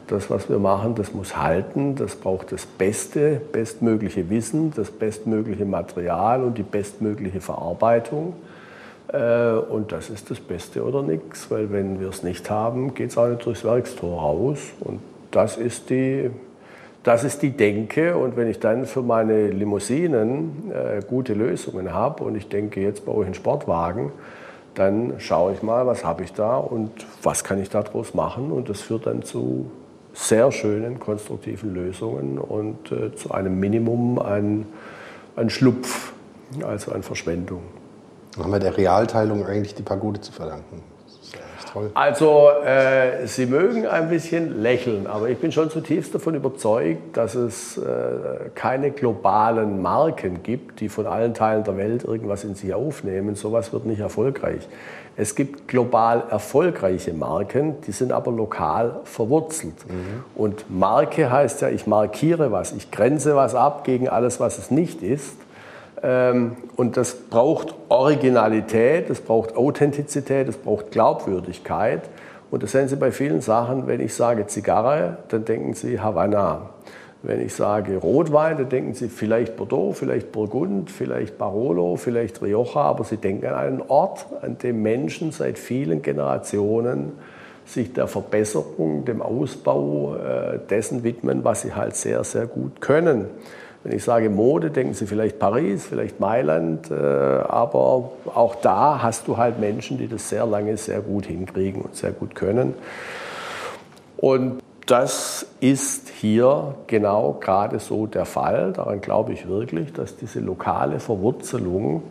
das, was wir machen, das muss halten, das braucht das bestmögliche Wissen, das bestmögliche Material und die bestmögliche Verarbeitung. Und das ist das Beste oder nichts, weil wenn wir es nicht haben, geht es auch nicht durchs Werkstor raus. Und das ist die Denke. Und wenn ich dann für meine Limousinen gute Lösungen habe und ich denke, jetzt baue ich einen Sportwagen, dann schaue ich mal, was habe ich da und was kann ich daraus machen. Und das führt dann zu sehr schönen, konstruktiven Lösungen und zu einem Minimum an Schlupf, also an Verschwendung. Haben wir der Realteilung eigentlich die Pagode zu verdanken? Das ist ja echt toll. Also, Sie mögen ein bisschen lächeln, aber ich bin schon zutiefst davon überzeugt, dass es keine globalen Marken gibt, die von allen Teilen der Welt irgendwas in sich aufnehmen. Sowas wird nicht erfolgreich. Es gibt global erfolgreiche Marken, die sind aber lokal verwurzelt. Und Marke heißt ja, ich markiere was, ich grenze was ab gegen alles, was es nicht ist. Und das braucht Originalität, das braucht Authentizität, das braucht Glaubwürdigkeit. Und das sehen Sie bei vielen Sachen. Wenn ich sage Zigarre, dann denken Sie Havanna. Wenn ich sage Rotwein, dann denken Sie vielleicht Bordeaux, vielleicht Burgund, vielleicht Barolo, vielleicht Rioja. Aber Sie denken an einen Ort, an dem Menschen seit vielen Generationen sich der Verbesserung, dem Ausbau dessen widmen, was sie halt sehr, sehr gut können. Wenn ich sage Mode, denken Sie vielleicht Paris, vielleicht Mailand, aber auch da hast du halt Menschen, die das sehr lange sehr gut hinkriegen und sehr gut können. Und das ist hier genau gerade so der Fall. Daran glaube ich wirklich, dass diese lokale Verwurzelung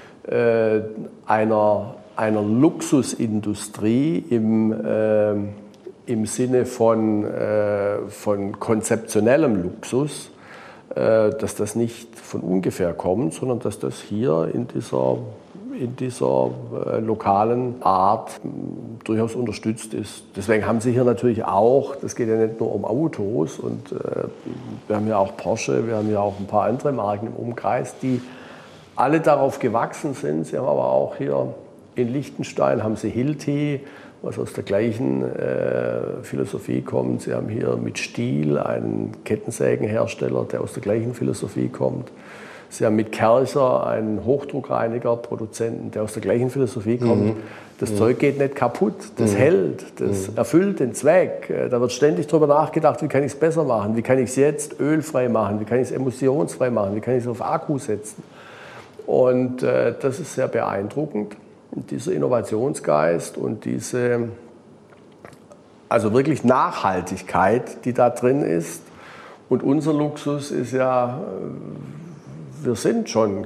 einer Luxusindustrie im Sinne von konzeptionellem Luxus, dass das nicht von ungefähr kommt, sondern dass das hier in dieser lokalen Art durchaus unterstützt ist. Deswegen haben Sie hier natürlich auch, das geht ja nicht nur um Autos, und wir haben ja auch Porsche, wir haben ja auch ein paar andere Marken im Umkreis, die alle darauf gewachsen sind. Sie haben aber auch hier in Liechtenstein haben Sie Hilti, was aus der gleichen Philosophie kommt. Sie haben hier mit Stihl einen Kettensägenhersteller, der aus der gleichen Philosophie kommt. Sie haben mit Kärcher einen Hochdruckreinigerproduzenten, der aus der gleichen Philosophie kommt. Das Zeug geht nicht kaputt, das hält, das erfüllt den Zweck. Da wird ständig darüber nachgedacht, wie kann ich es besser machen, wie kann ich es jetzt ölfrei machen, wie kann ich es emissionsfrei machen, wie kann ich es auf Akku setzen. Und das ist sehr beeindruckend. Dieser Innovationsgeist und diese, also wirklich Nachhaltigkeit, die da drin ist. Und unser Luxus ist ja, wir sind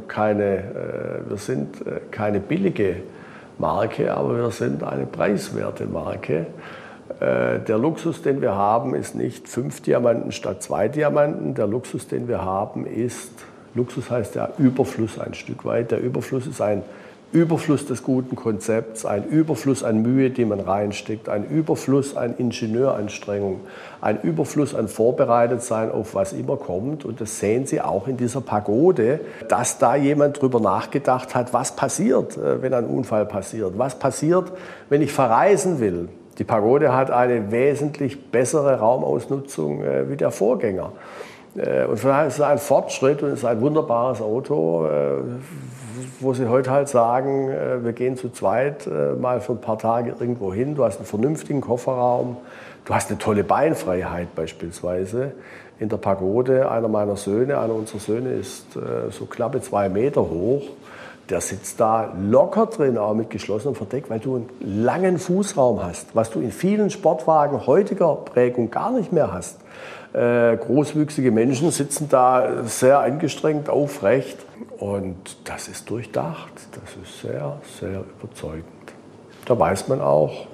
keine billige Marke, aber wir sind eine preiswerte Marke. Der Luxus, den wir haben, ist nicht 5 Diamanten statt 2 Diamanten. Der Luxus, den wir haben, ist, Luxus heißt ja Überfluss ein Stück weit. Der Überfluss ist ein Überfluss des guten Konzepts, ein Überfluss an Mühe, die man reinsteckt, ein Überfluss an Ingenieuranstrengung, ein Überfluss an Vorbereitetsein auf was immer kommt. Und das sehen Sie auch in dieser Pagode, dass da jemand drüber nachgedacht hat, was passiert, wenn ein Unfall passiert, was passiert, wenn ich verreisen will. Die Pagode hat eine wesentlich bessere Raumausnutzung wie der Vorgänger. Und von daher ist es ein Fortschritt und es ist ein wunderbares Auto, wo Sie heute halt sagen, wir gehen zu zweit mal für ein paar Tage irgendwo hin. Du hast einen vernünftigen Kofferraum, du hast eine tolle Beinfreiheit beispielsweise. In der Pagode, einer unserer Söhne ist so knappe 2 Meter hoch. Der sitzt da locker drin, auch mit geschlossenem Verdeck, weil du einen langen Fußraum hast, was du in vielen Sportwagen heutiger Prägung gar nicht mehr hast. Großwüchsige Menschen sitzen da sehr angestrengt aufrecht und das ist durchdacht, das ist sehr, sehr überzeugend. Da weiß man auch,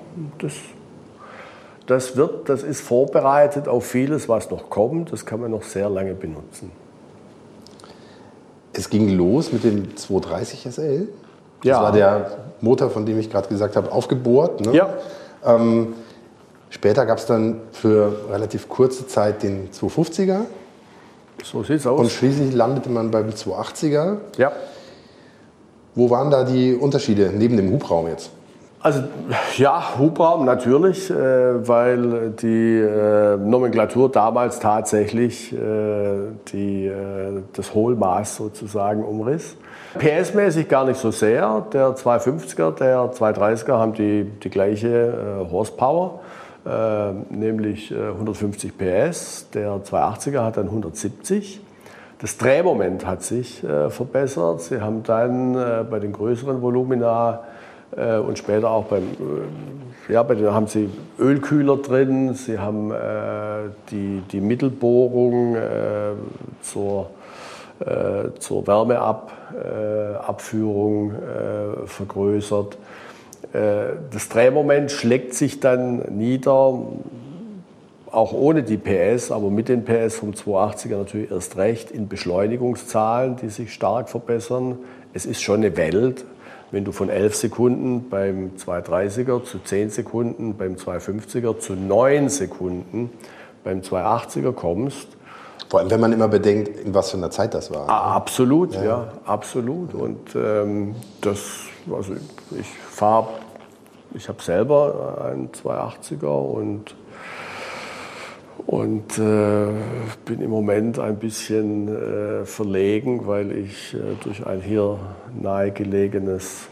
das ist vorbereitet auf vieles, was noch kommt, das kann man noch sehr lange benutzen. Es ging los mit dem 230 SL. Das war der Motor, von dem ich gerade gesagt habe, aufgebohrt. Ne? Ja. Später gab es dann für relativ kurze Zeit den 250er. So sieht's aus. Und schließlich landete man beim 280er. Ja. Wo waren da die Unterschiede neben dem Hubraum jetzt? Also ja, Hubraum natürlich, weil die Nomenklatur damals tatsächlich das Hohlmaß sozusagen umriss. PS-mäßig gar nicht so sehr. Der 250er, der 230er haben die gleiche Horsepower, nämlich 150 PS. Der 280er hat dann 170. Das Drehmoment hat sich verbessert. Sie haben dann bei den größeren Volumina und später auch bei denen haben sie Ölkühler drin. Sie haben die Mittelbohrung zur Wärmeabführung vergrößert. Das Drehmoment schlägt sich dann nieder, auch ohne die PS, aber mit den PS vom 280er natürlich erst recht, in Beschleunigungszahlen, die sich stark verbessern. Es ist schon eine Welt, wenn du von 11 Sekunden beim 230er zu 10 Sekunden beim 250er zu 9 Sekunden beim 280er kommst. Vor allem, wenn man immer bedenkt, in was für einer Zeit das war. Absolut, ja absolut. Und ich habe selber einen 280er und bin im Moment ein bisschen verlegen, weil ich durch ein hier nahegelegenes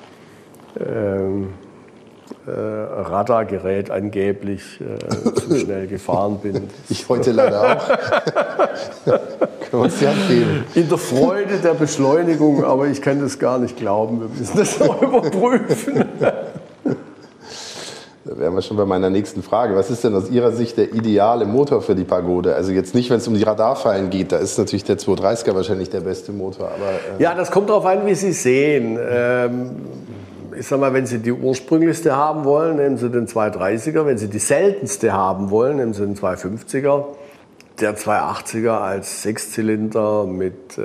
Radargerät angeblich zu schnell gefahren bin. Ich heute leider auch. Können wir uns ja empfehlen. In der Freude der Beschleunigung, aber ich kann das gar nicht glauben. Wir müssen das noch überprüfen. Da wären wir schon bei meiner nächsten Frage. Was ist denn aus Ihrer Sicht der ideale Motor für die Pagode? Also jetzt nicht, wenn es um die Radarfallen geht, da ist natürlich der 230er wahrscheinlich der beste Motor. Aber, ja, das kommt darauf an, wie Sie sehen. Ich sag mal, wenn Sie die ursprünglichste haben wollen, nehmen Sie den 230er. Wenn Sie die seltenste haben wollen, nehmen Sie den 250er. Der 280er als Sechszylinder mit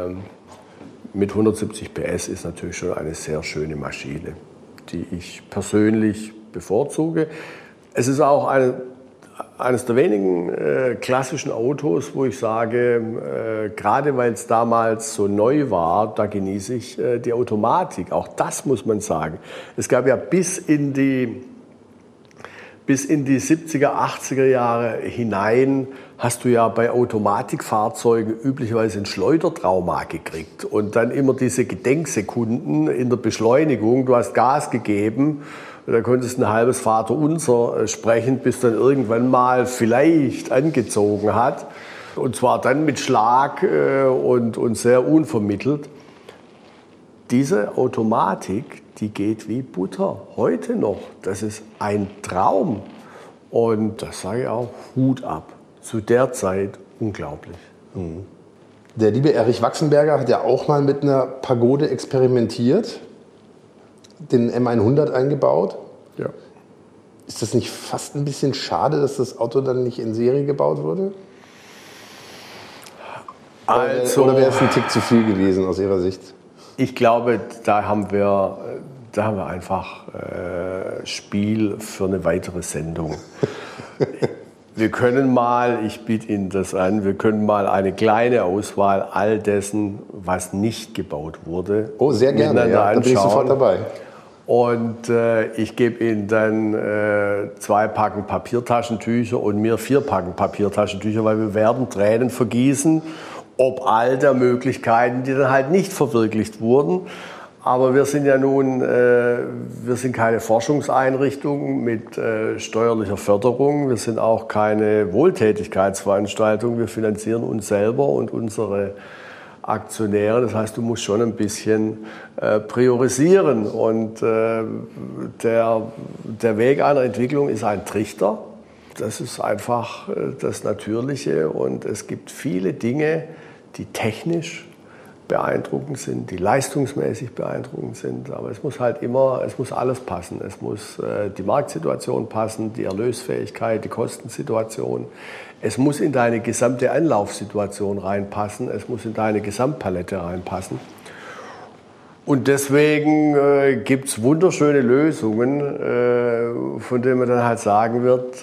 170 PS ist natürlich schon eine sehr schöne Maschine, die ich persönlich bevorzuge. Es ist auch eines der wenigen klassischen Autos, wo ich sage, gerade weil es damals so neu war, da genieße ich die Automatik. Auch das muss man sagen. Es gab ja bis in die 70er, 80er Jahre hinein hast du ja bei Automatikfahrzeugen üblicherweise ein Schleudertrauma gekriegt und dann immer diese Gedenksekunden in der Beschleunigung. Du hast Gas gegeben, da konntest du ein halbes Vaterunser sprechen, bis dann irgendwann mal vielleicht angezogen hat. Und zwar dann mit Schlag und sehr unvermittelt. Diese Automatik, die geht wie Butter, heute noch. Das ist ein Traum. Und das sage ich auch, Hut ab. Zu der Zeit unglaublich. Mhm. Der liebe Erich Wachsenberger hat ja auch mal mit einer Pagode experimentiert, den M100 eingebaut. Ja. Ist das nicht fast ein bisschen schade, dass das Auto dann nicht in Serie gebaut wurde? Oder wäre es ein Tick zu viel gewesen aus Ihrer Sicht? Ich glaube, da haben wir einfach Spiel für eine weitere Sendung. Wir können mal, ich biete Ihnen das an, wir können mal eine kleine Auswahl all dessen, was nicht gebaut wurde. Oh, sehr gerne, ja, da bin ich sofort dabei. Und ich gebe Ihnen dann 2 Packen Papiertaschentücher und mir 4 Packen Papiertaschentücher, weil wir werden Tränen vergießen, ob all der Möglichkeiten, die dann halt nicht verwirklicht wurden. Aber wir sind ja nun, wir sind keine Forschungseinrichtung mit steuerlicher Förderung. Wir sind auch keine Wohltätigkeitsveranstaltung. Wir finanzieren uns selber und unsere Aktionäre. Das heißt, du musst schon ein bisschen priorisieren. Und der Weg einer Entwicklung ist ein Trichter. Das ist einfach das Natürliche. Und es gibt viele Dinge, die technisch beeindruckend sind, die leistungsmäßig beeindruckend sind. Aber es muss halt immer, es muss alles passen. Es muss die Marktsituation passen, die Erlösfähigkeit, die Kostensituation. Es muss in deine gesamte Anlaufsituation reinpassen. Es muss in deine Gesamtpalette reinpassen. Und deswegen gibt es wunderschöne Lösungen, von denen man dann halt sagen wird,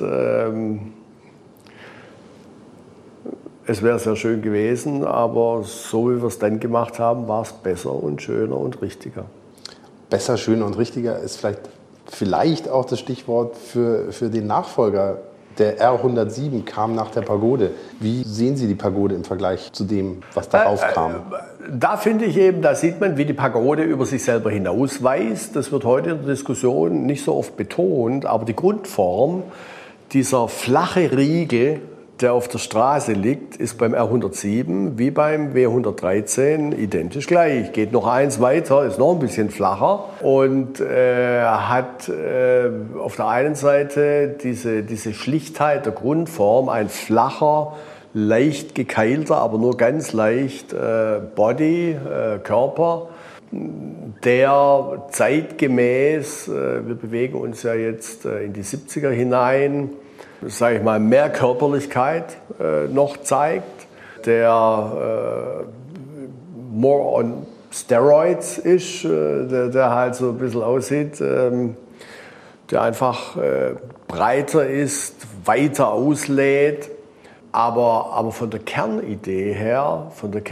es wäre sehr schön gewesen, aber so wie wir es dann gemacht haben, war es besser und schöner und richtiger. Besser, schöner und richtiger ist vielleicht vielleicht auch das Stichwort für den Nachfolger. Der R107 kam nach der Pagode. Wie sehen Sie die Pagode im Vergleich zu dem, was darauf kam? Da finde ich eben, da sieht man, wie die Pagode über sich selber hinausweist. Das wird heute in der Diskussion nicht so oft betont, aber die Grundform, dieser flache Riegel, der auf der Straße liegt, ist beim R107 wie beim W113 identisch gleich. Geht noch eins weiter, ist noch ein bisschen flacher und hat auf der einen Seite diese Schlichtheit der Grundform, ein flacher, leicht gekeilter, aber nur ganz leicht Body, Körper, der zeitgemäß, wir bewegen uns ja jetzt in die 70er hinein, sage ich mal, mehr Körperlichkeit noch zeigt, der more on steroids ist, der halt so ein bisschen aussieht, der einfach breiter ist, weiter auslädt, aber von der Kernidee her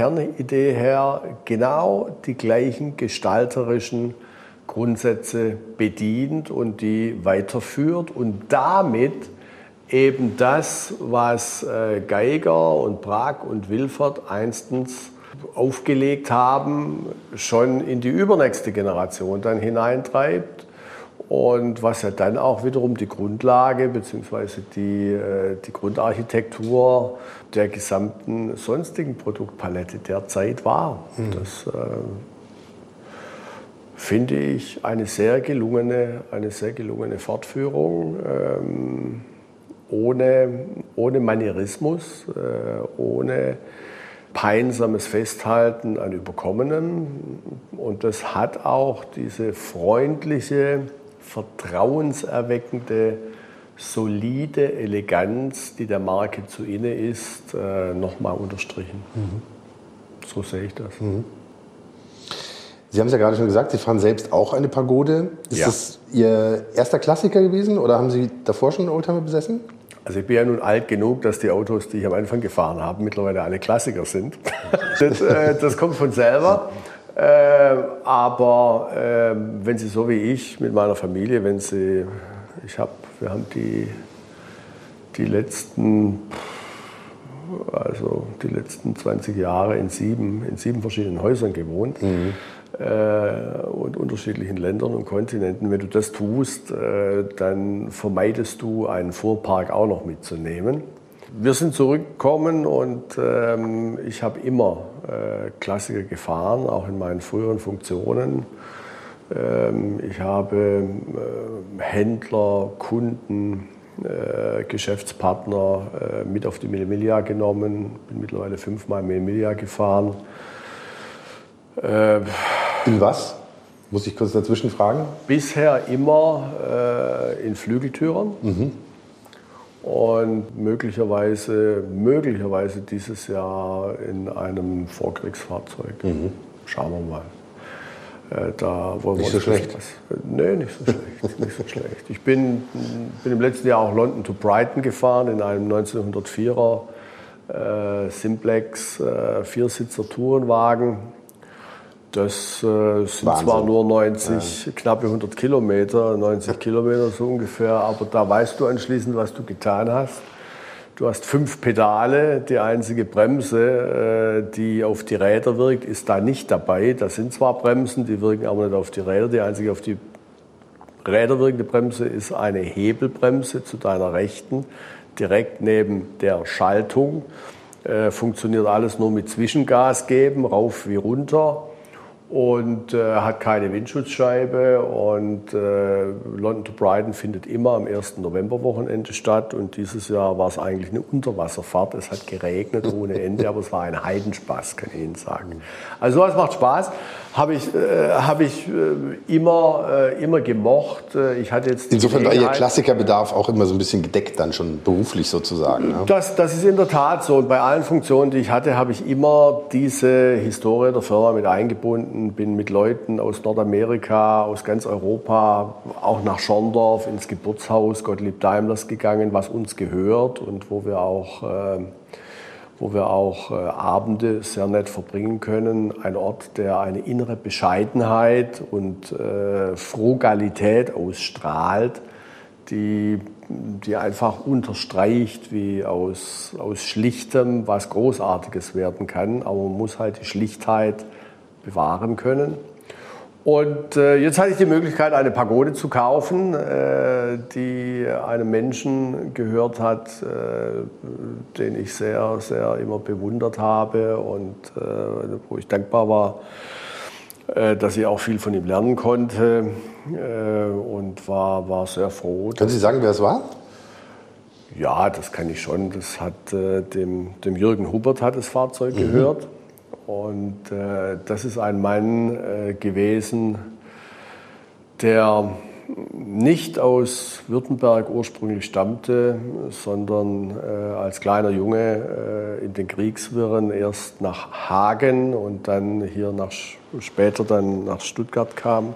genau die gleichen gestalterischen Grundsätze bedient und die weiterführt und damit eben das, was Geiger und Bragg und Wilfert einstens aufgelegt haben, schon in die übernächste Generation dann hineintreibt und was ja dann auch wiederum die Grundlage bzw. die Grundarchitektur der gesamten sonstigen Produktpalette der Zeit war. Das finde ich eine sehr gelungene Fortführung. Ohne Manierismus, ohne peinsames Festhalten an Überkommenem. Und das hat auch diese freundliche, vertrauenserweckende, solide Eleganz, die der Marke zu inne ist, nochmal unterstrichen. So sehe ich das. Sie haben es ja gerade schon gesagt, Sie fahren selbst auch eine Pagode. Ist das Ihr erster Klassiker gewesen oder haben Sie davor schon einen Oldtimer besessen? Also ich bin ja nun alt genug, dass die Autos, die ich am Anfang gefahren habe, mittlerweile alle Klassiker sind. Das kommt von selber. Aber wenn Sie so wie ich mit meiner Familie, wir haben die letzten 20 Jahre in sieben verschiedenen Häusern gewohnt. Und unterschiedlichen Ländern und Kontinenten. Wenn du das tust, dann vermeidest du einen Fuhrpark auch noch mitzunehmen. Wir sind zurückgekommen und ich habe immer Klassiker gefahren, auch in meinen früheren Funktionen. Ich habe Händler, Kunden, Geschäftspartner mit auf die Mille Miglia genommen, bin mittlerweile 5-mal Mille Miglia gefahren. In was? Muss ich kurz dazwischen fragen? Bisher immer in Flügeltürern und möglicherweise dieses Jahr in einem Vorkriegsfahrzeug. Schauen wir mal. Nicht so schlecht? Nee, nicht so schlecht. Ich bin im letzten Jahr auch London to Brighton gefahren in einem 1904er Simplex Viersitzer Tourenwagen. Das sind Wahnsinn. Zwar nur 90, knappe 100 Kilometer, 90 Kilometer so ungefähr, aber da weißt du anschließend, was du getan hast. Du hast 5 Pedale, die einzige Bremse, die auf die Räder wirkt, ist da nicht dabei. Das sind zwar Bremsen, die wirken aber nicht auf die Räder. Die einzige auf die Räder wirkende Bremse ist eine Hebelbremse zu deiner Rechten, direkt neben der Schaltung. Funktioniert alles nur mit Zwischengas geben, rauf wie runter. Und hat keine Windschutzscheibe und London to Brighton findet immer am 1. Novemberwochenende statt und dieses Jahr war es eigentlich eine Unterwasserfahrt. Es hat geregnet ohne Ende, aber es war ein Heidenspaß, kann ich Ihnen sagen. Also sowas macht Spaß, habe ich immer gemocht. Ich hatte jetzt insofern war Ihr Klassikerbedarf auch immer so ein bisschen gedeckt dann schon beruflich sozusagen. Ne? Das ist in der Tat so und bei allen Funktionen, die ich hatte, habe ich immer diese Historie der Firma mit eingebunden. Bin mit Leuten aus Nordamerika, aus ganz Europa, auch nach Schorndorf ins Geburtshaus Gottlieb Daimlers gegangen, was uns gehört und wo wir auch wo wir auch Abende sehr nett verbringen können. Ein Ort, der eine innere Bescheidenheit und Frugalität ausstrahlt, die einfach unterstreicht, wie aus Schlichtem was Großartiges werden kann. Aber man muss halt die Schlichtheit bewahren können. Und jetzt hatte ich die Möglichkeit, eine Pagode zu kaufen, die einem Menschen gehört hat, den ich sehr, sehr immer bewundert habe und wo ich dankbar war, dass ich auch viel von ihm lernen konnte und war sehr froh. Können Sie sagen, wer es war? Ja, das kann ich schon. Das hat dem Jürgen Hubbert hat das Fahrzeug gehört. Und das ist ein Mann gewesen, der nicht aus Württemberg ursprünglich stammte, sondern als kleiner Junge in den Kriegswirren erst nach Hagen und dann hier später dann nach Stuttgart kam.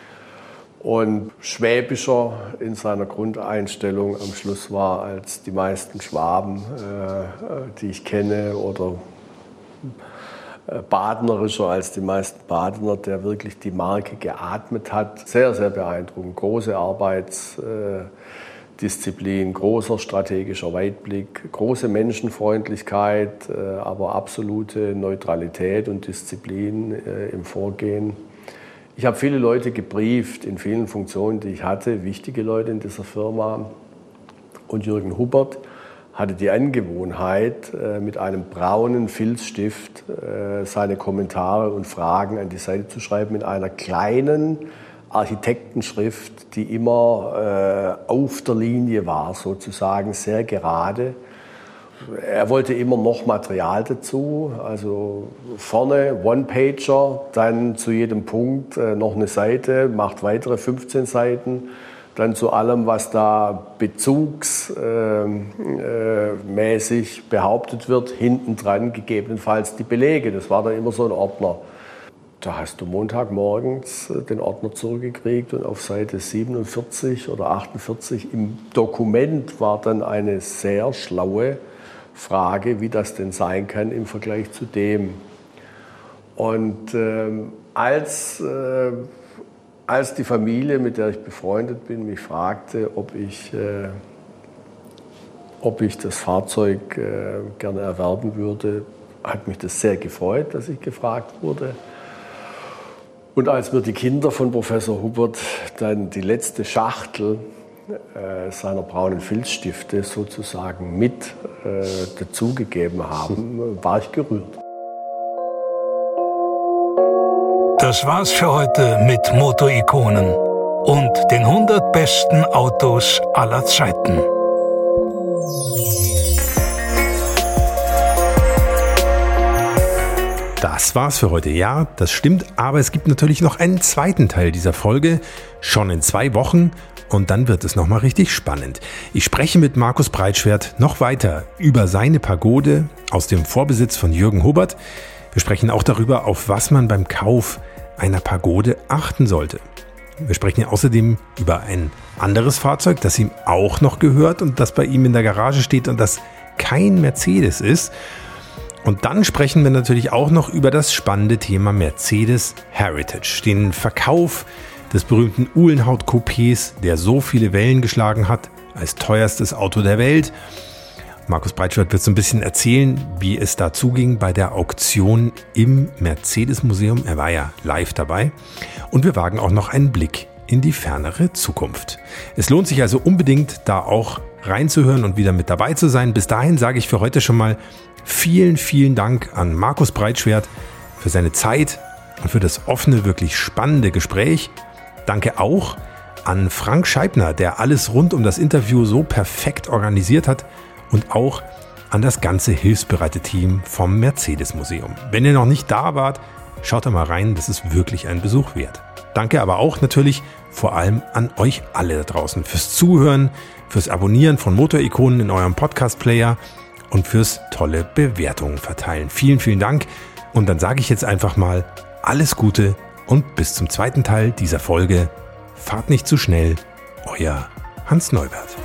Und schwäbischer in seiner Grundeinstellung am Schluss war als die meisten Schwaben, die ich kenne, oder badenerischer als die meisten Badener, der wirklich die Marke geatmet hat. Sehr, sehr beeindruckend. Große Arbeitsdisziplin, großer strategischer Weitblick, große Menschenfreundlichkeit, aber absolute Neutralität und Disziplin im Vorgehen. Ich habe viele Leute gebrieft in vielen Funktionen, die ich hatte, wichtige Leute in dieser Firma. Und Jürgen Hubbert hatte die Angewohnheit, mit einem braunen Filzstift seine Kommentare und Fragen an die Seite zu schreiben in einer kleinen Architektenschrift, die immer auf der Linie war, sozusagen sehr gerade. Er wollte immer noch Material dazu, also vorne One-Pager, dann zu jedem Punkt noch eine Seite, macht weitere 15 Seiten. Dann zu allem, was da bezugsmäßig behauptet wird, hinten dran gegebenenfalls die Belege. Das war dann immer so ein Ordner. Da hast du Montagmorgens den Ordner zurückgekriegt und auf Seite 47 oder 48 im Dokument war dann eine sehr schlaue Frage, wie das denn sein kann im Vergleich zu dem. Und als die Familie, mit der ich befreundet bin, mich fragte, ob ich das Fahrzeug gerne erwerben würde, hat mich das sehr gefreut, dass ich gefragt wurde. Und als mir die Kinder von Professor Hubbert dann die letzte Schachtel seiner braunen Filzstifte sozusagen mit dazugegeben haben, war ich gerührt. Das war's für heute mit Motorikonen und den 100 besten Autos aller Zeiten. Das war's für heute. Ja, das stimmt, aber es gibt natürlich noch einen zweiten Teil dieser Folge, schon in 2 Wochen, und dann wird es nochmal richtig spannend. Ich spreche mit Markus Breitschwert noch weiter über seine Pagode aus dem Vorbesitz von Jürgen Hubbert. Wir sprechen auch darüber, auf was man beim Kauf einer Pagode achten sollte. Wir sprechen außerdem über ein anderes Fahrzeug, das ihm auch noch gehört und das bei ihm in der Garage steht und das kein Mercedes ist. Und dann sprechen wir natürlich auch noch über das spannende Thema Mercedes Heritage, den Verkauf des berühmten Uhlenhaut-Coupés, der so viele Wellen geschlagen hat, als teuerstes Auto der Welt. Markus Breitschwert wird so ein bisschen erzählen, wie es da zuging bei der Auktion im Mercedes-Museum. Er war ja live dabei. Und wir wagen auch noch einen Blick in die fernere Zukunft. Es lohnt sich also unbedingt, da auch reinzuhören und wieder mit dabei zu sein. Bis dahin sage ich für heute schon mal vielen, vielen Dank an Markus Breitschwert für seine Zeit und für das offene, wirklich spannende Gespräch. Danke auch an Frank Scheibner, der alles rund um das Interview so perfekt organisiert hat, und auch an das ganze hilfsbereite Team vom Mercedes-Museum. Wenn ihr noch nicht da wart, schaut da mal rein, das ist wirklich ein Besuch wert. Danke aber auch natürlich vor allem an euch alle da draußen fürs Zuhören, fürs Abonnieren von Motorikonen in eurem Podcast-Player und fürs tolle Bewertungen verteilen. Vielen, vielen Dank. Und dann sage ich jetzt einfach mal alles Gute und bis zum zweiten Teil dieser Folge. Fahrt nicht zu schnell, euer Hans Neubert.